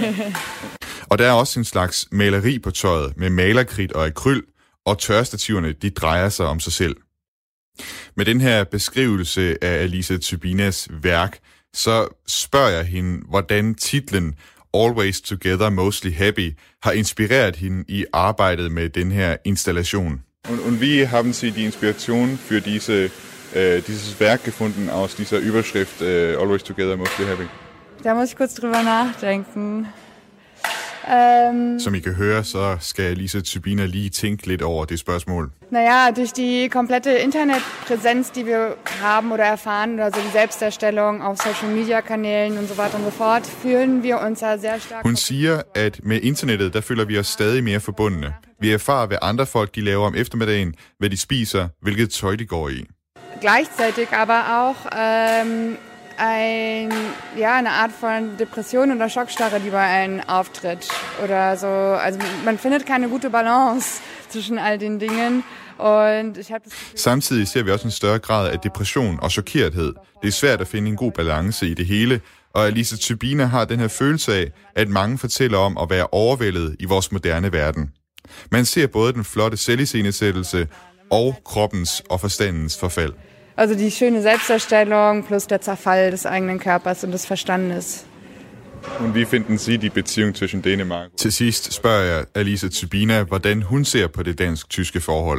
Og der er også en slags maleri på tøjet med malerkridt og akryl, og tørrestativerne, de drejer sig om sig selv. Med den her beskrivelse af Alisa Zybinas værk, så spørger jeg hende, hvordan titlen Always Together, Mostly Happy har inspireret hende i arbejdet med den her installation. Und, und wie haben Sie die Inspiration für diese, äh, dieses Werk gefunden aus dieser Überschrift äh, Always Together, Mostly Happy? Da muss ich kurz drüber nachdenken. Ähm, Som I kan høre, så skal Lisa Tybina lige tænke lidt over det spørgsmål. Naja, durch die komplette Internetpräsenz, die wir haben oder erfahren, oder so die Selbstdarstellung auf Social-Media-Kanälen und so weiter und so fort, fühlen wir uns da sehr stark... Hun siger, at med internettet, der føler vi os stadig mere forbundne. Vi erfarer, hvad andre folk de laver om eftermiddagen, hvad de spiser, hvilket tøj de går i. Gleichzeitig aber auch ähm, ein, ja, eine Art von Depression oder Schockstarre, die bei einem auftritt. Oder so. Also man findet keine gute Balance zwischen all den Dingen. Und ich das Samtidig ser vi også en større grad af depression og chokerethed. Det er svært at finde en god balance i det hele, og Lisa Tybina har den her følelse af, at mange fortæller om at være overvældet i vores moderne verden. Man ser både den flotte selviscenesættelse og kroppens og forstandens forfald. Also die schöne Selbstdarstellung plus der Zerfall des eigenen Körpers und des Verstandes. Und wie finden Sie die Beziehung zwischen Dänemark? Til sidst spørger jeg Alisa Tybina, hvordan hun ser på det dansk-tyske forhold.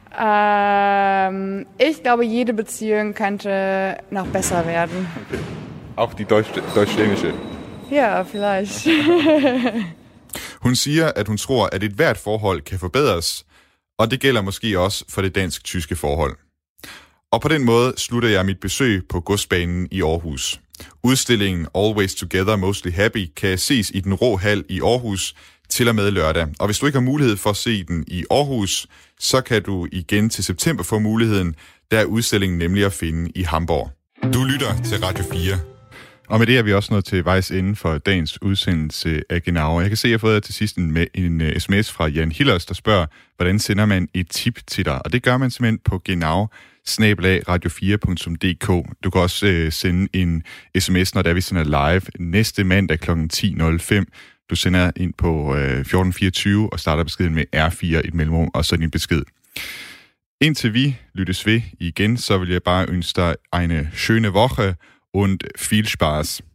Ähm, ich glaube, jede Beziehung könnte noch besser werden. Okay. Auch die deutsch-dänische? Ja, vielleicht. Hun siger, at hun tror, at et hvert forhold kan forbedres, og det gælder måske også for det dansk-tyske forhold. Og på den måde slutter jeg mit besøg på Godsbanen i Aarhus. Udstillingen Always Together, Mostly Happy kan ses i Den Rå Hal i Aarhus til og med lørdag. Og hvis du ikke har mulighed for at se den i Aarhus, så kan du igen til september få muligheden, der er udstillingen nemlig at finde i Hamburg. Du lytter til Radio fire. Og med det er vi også nået til vejs ende for dagens udsendelse af Genau. Jeg kan se, at jeg har fået til sidst en, en sms fra Jan Hillers, der spørger, hvordan sender man et tip til dig? Og det gør man simpelthen på genau snabel-a radio fire punktum d k. Du kan også øh, sende en sms, når der vi sender live næste mandag klokken ti nul fem. Du sender ind på øh, fjorten fireogtyve og starter beskeden med R fire i et mellemrum, og så din besked. Indtil vi lyttes ved igen, så vil jeg bare ønske dig eine schöne Woche und viel Spaß.